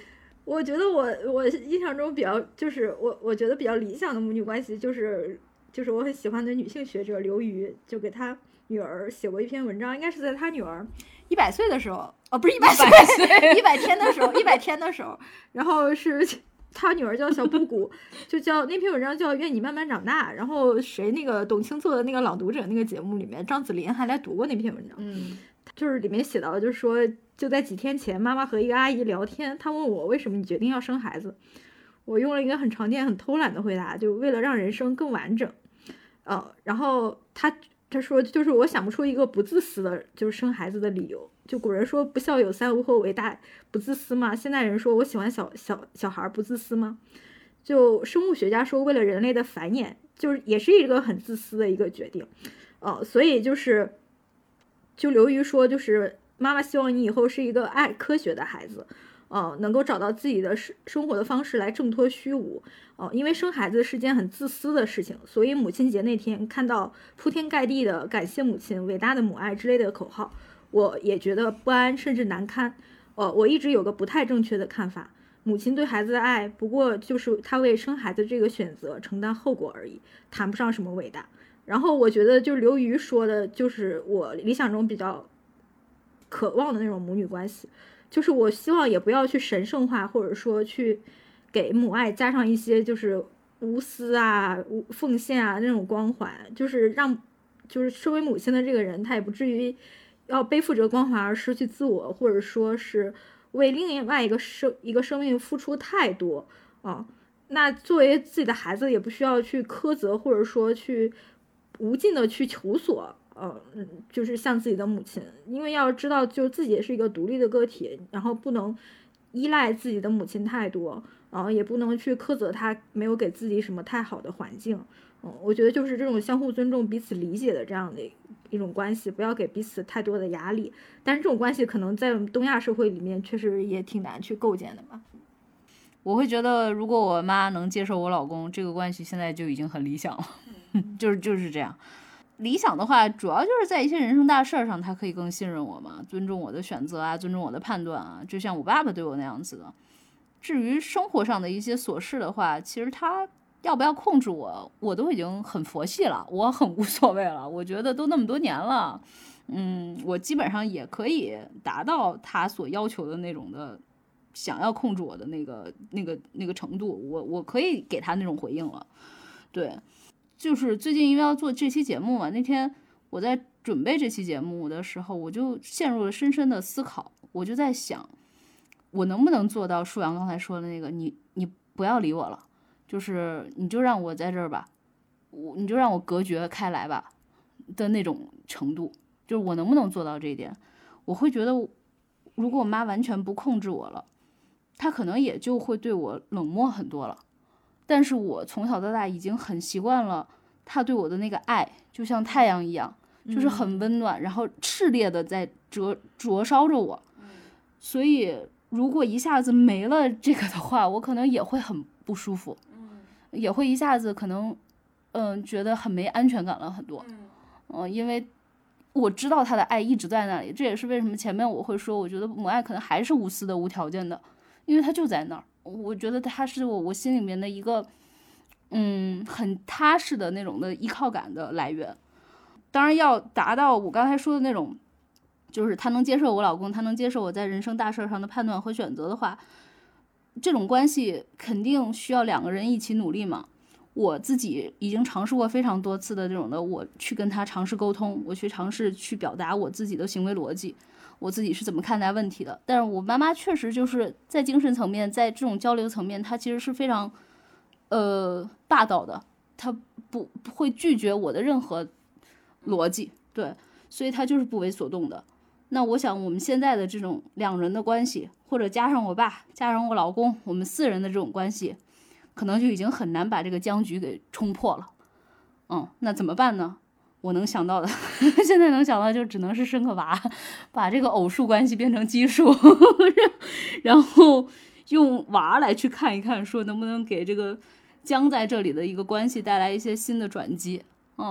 我觉得我我印象中比较就是我我觉得比较理想的母女关系就是就是我很喜欢的女性学者刘瑜就给她女儿写过一篇文章，应该是在她女儿一百岁的时候，哦不是一百岁，一百天的时候，一百天的时候，然后是她女儿叫小布谷，就叫那篇文章叫《愿你慢慢长大》，然后谁那个董卿做的那个朗读者那个节目里面，张子林还来读过那篇文章， 嗯， 就是里面写到就是说。就在几天前，妈妈和一个阿姨聊天，她问我为什么你决定要生孩子，我用了一个很常见、很偷懒的回答，就为了让人生更完整。呃，然后她她说，就是我想不出一个不自私的，就是生孩子的理由。就古人说不孝有三，无后为大，不自私吗？现代人说我喜欢小小小孩，不自私吗？就生物学家说，为了人类的繁衍，就是也是一个很自私的一个决定。呃，所以就是就刘瑜说，就是妈妈希望你以后是一个爱科学的孩子，呃，能够找到自己的生活的方式来挣脱虚无，呃，因为生孩子是件很自私的事情，所以母亲节那天看到铺天盖地的感谢母亲、伟大的母爱之类的口号，我也觉得不安甚至难堪。呃，我一直有个不太正确的看法，母亲对孩子的爱不过就是她为生孩子这个选择承担后果而已，谈不上什么伟大。然后我觉得就刘瑜说的就是我理想中比较渴望的那种母女关系，就是我希望也不要去神圣化，或者说去给母爱加上一些就是无私啊、无奉献啊那种光环，就是让就是身为母亲的这个人，他也不至于要背负着光环而失去自我，或者说是为另外一个生一个生命付出太多啊。那作为自己的孩子，也不需要去苛责，或者说去无尽的去求索。呃，就是像自己的母亲，因为要知道，就自己也是一个独立的个体，然后不能依赖自己的母亲太多，然后也不能去苛责她没有给自己什么太好的环境。嗯，我觉得就是这种相互尊重、彼此理解的这样的一种关系，不要给彼此太多的压力。但是这种关系可能在东亚社会里面确实也挺难去构建的吧。 我会觉得，如果我妈能接受我老公，这个关系现在就已经很理想了，就是就是这样。理想的话，主要就是在一些人生大事上，他可以更信任我嘛，尊重我的选择啊，尊重我的判断啊，就像我爸爸对我那样子的。至于生活上的一些琐事的话，其实他要不要控制我，我都已经很佛系了，我很无所谓了。我觉得都那么多年了，嗯，我基本上也可以达到他所要求的那种的，想要控制我的那个那个那个程度，我我可以给他那种回应了，对。就是最近因为要做这期节目嘛，那天我在准备这期节目的时候，我就陷入了深深的思考。我就在想，我能不能做到舒阳刚才说的那个，你你不要理我了，就是你就让我在这儿吧，我你就让我隔绝开来吧的那种程度。就是我能不能做到这一点？我会觉得，如果我妈完全不控制我了，她可能也就会对我冷漠很多了。但是我从小到大已经很习惯了他对我的那个爱，就像太阳一样，就是很温暖，然后炽烈的在灼灼烧着我。所以如果一下子没了这个的话，我可能也会很不舒服，也会一下子可能嗯觉得很没安全感了很多。嗯，因为我知道他的爱一直在那里，这也是为什么前面我会说我觉得母爱可能还是无私的、无条件的，因为他就在那儿。我觉得他是我我心里面的一个嗯很踏实的那种的依靠感的来源。当然要达到我刚才说的那种，就是他能接受我老公，他能接受我在人生大事上的判断和选择的话，这种关系肯定需要两个人一起努力嘛。我自己已经尝试过非常多次的这种的，我去跟他尝试沟通，我去尝试去表达我自己的行为逻辑，我自己是怎么看待问题的。但是我妈妈确实就是在精神层面，在这种交流层面，她其实是非常呃霸道的，她不不会拒绝我的任何逻辑，对，所以她就是不为所动的。那我想我们现在的这种两人的关系，或者加上我爸加上我老公，我们四人的这种关系，可能就已经很难把这个僵局给冲破了。嗯，那怎么办呢？我能想到的现在能想到就只能是生个娃，把这个偶数关系变成奇数然后用娃来去看一看，说能不能给这个僵在这里的一个关系带来一些新的转机。嗯，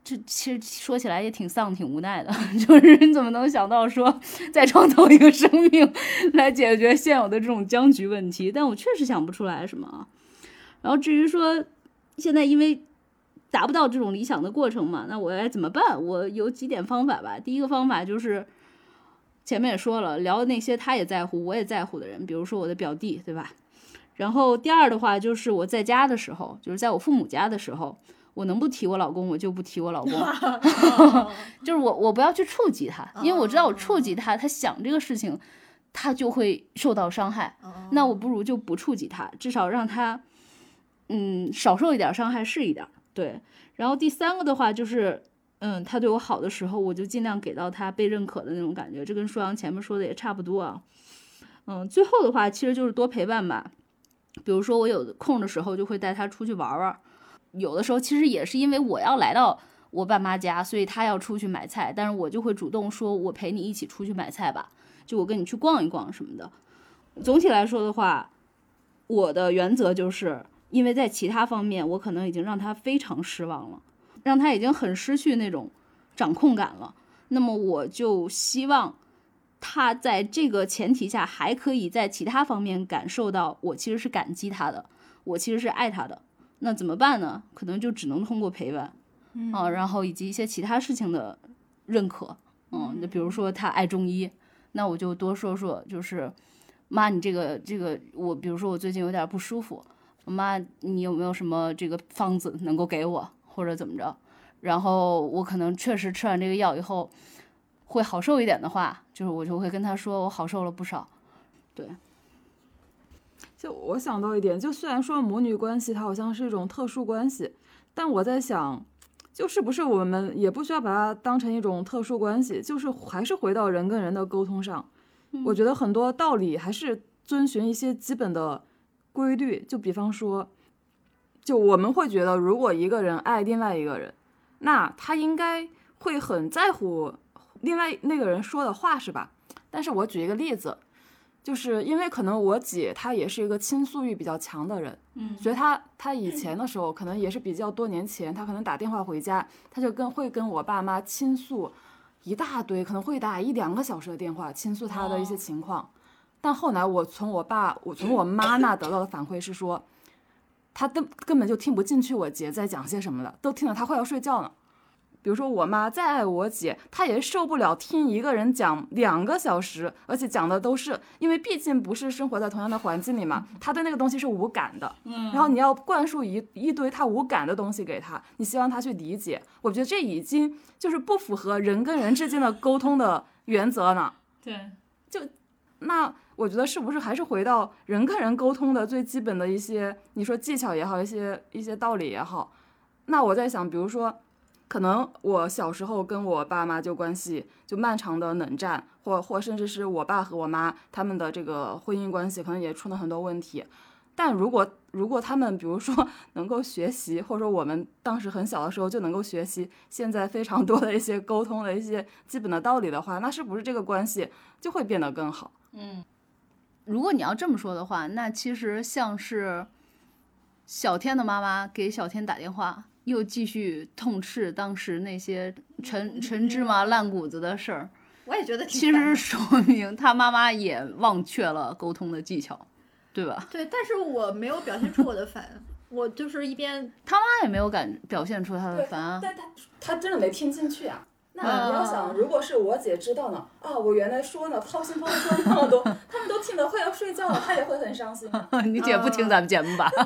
这其实说起来也挺丧挺无奈的，就是你怎么能想到说再创造一个生命来解决现有的这种僵局问题，但我确实想不出来什么啊。然后至于说现在因为达不到这种理想的过程嘛，那我该怎么办？我有几点方法吧。第一个方法就是前面也说了，聊那些他也在乎我也在乎的人，比如说我的表弟，对吧？然后第二的话就是我在家的时候，就是在我父母家的时候，我能不提我老公我就不提我老公就是我我不要去触及他，因为我知道我触及他，他想这个事情他就会受到伤害，那我不如就不触及他，至少让他嗯少受一点伤害是一点。对，然后第三个的话就是嗯他对我好的时候，我就尽量给到他被认可的那种感觉，这跟舒阳前面说的也差不多啊。嗯，最后的话其实就是多陪伴吧，比如说我有空的时候就会带他出去玩玩，有的时候其实也是因为我要来到我爸妈家，所以他要出去买菜，但是我就会主动说我陪你一起出去买菜吧，就我跟你去逛一逛什么的。总体来说的话，我的原则就是因为在其他方面我可能已经让他非常失望了，让他已经很失去那种掌控感了，那么我就希望他在这个前提下还可以在其他方面感受到我其实是感激他的，我其实是爱他的。那怎么办呢？可能就只能通过陪伴，嗯、啊，然后以及一些其他事情的认可，嗯，就比如说他爱中医，那我就多说说，就是妈，你这个这个，我比如说我最近有点不舒服，妈，你有没有什么这个方子能够给我，或者怎么着？然后我可能确实吃完这个药以后会好受一点的话，就是我就会跟他说我好受了不少，对。 就我想到一点，就虽然说母女关系它好像是一种特殊关系，但我在想，就是不是我们也不需要把它当成一种特殊关系，就是还是回到人跟人的沟通上。嗯、我觉得很多道理还是遵循一些基本的规律，就比方说，就我们会觉得，如果一个人爱另外一个人，那他应该会很在乎另外那个人说的话，是吧？但是我举一个例子。就是因为可能我姐她也是一个倾诉欲比较强的人，嗯，所以她她以前的时候可能也是比较多年前，她可能打电话回家，她就跟会跟我爸妈倾诉一大堆，可能会打一两个小时的电话倾诉她的一些情况。哦、但后来我从我爸我从我妈那得到的反馈是说，她根根本就听不进去我姐在讲些什么了，都听得她快要睡觉了。比如说我妈再爱我姐，她也受不了听一个人讲两个小时，而且讲的都是因为毕竟不是生活在同样的环境里嘛，她对那个东西是无感的。嗯，然后你要灌输一一堆她无感的东西给她，你希望她去理解，我觉得这已经就是不符合人跟人之间的沟通的原则呢。 对， 就那我觉得是不是还是回到人跟人沟通的最基本的一些，你说技巧也好，一些一些道理也好。那我在想，比如说。可能我小时候跟我爸妈就关系就漫长的冷战，或或甚至是我爸和我妈他们的这个婚姻关系可能也出了很多问题。但如果如果他们比如说能够学习，或者说我们当时很小的时候就能够学习现在非常多的一些沟通的一些基本的道理的话，那是不是这个关系就会变得更好？ 嗯，如果你要这么说的话，那其实像是小天的妈妈给小天打电话。又继续痛斥当时那些陈陈芝麻烂谷子的事儿， 我也觉得其实说明他妈妈也忘却了沟通的技巧，对吧？ 对，但是我没有表现出我的烦，我就是一边他妈也没有感表现出他的烦啊， 但他他真的没听进去啊。那你要想，如果是我姐知道呢，啊，我原来说呢，掏心掏肺说那么多，他们都听得快要睡觉了，她也会很伤心。 你姐不听咱们节目吧？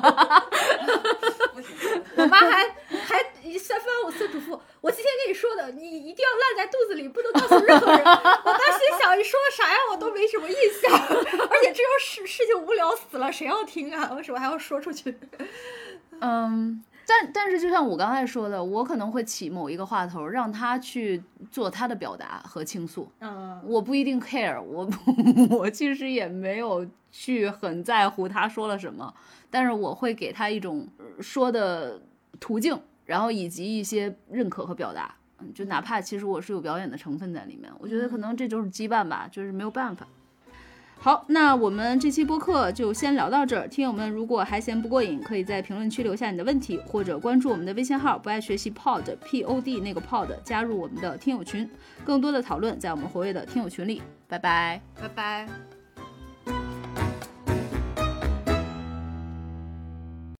我妈还还三番五次嘱咐我，今天跟你说的，你一定要烂在肚子里，不能告诉任何人。我当时想，你说啥呀？我都没什么印象，而且这种事事情无聊死了，谁要听啊？为什么还要说出去？ 嗯。但但是就像我刚才说的，我可能会起某一个话头，让他去做他的表达和倾诉。嗯，我不一定 care， 我我其实也没有去很在乎他说了什么，但是我会给他一种说的途径，然后以及一些认可和表达。就哪怕其实我是有表演的成分在里面，我觉得可能这就是羁绊吧，就是没有办法。 好，那我们这期播客就先聊到这儿。听友们如果还嫌不过瘾，可以在评论区留下你的问题，或者关注我们的微信号不爱学习 pod P O D 那个 pod， 加入我们的听友群，更多的讨论在我们活跃的听友群里。拜拜， 拜拜。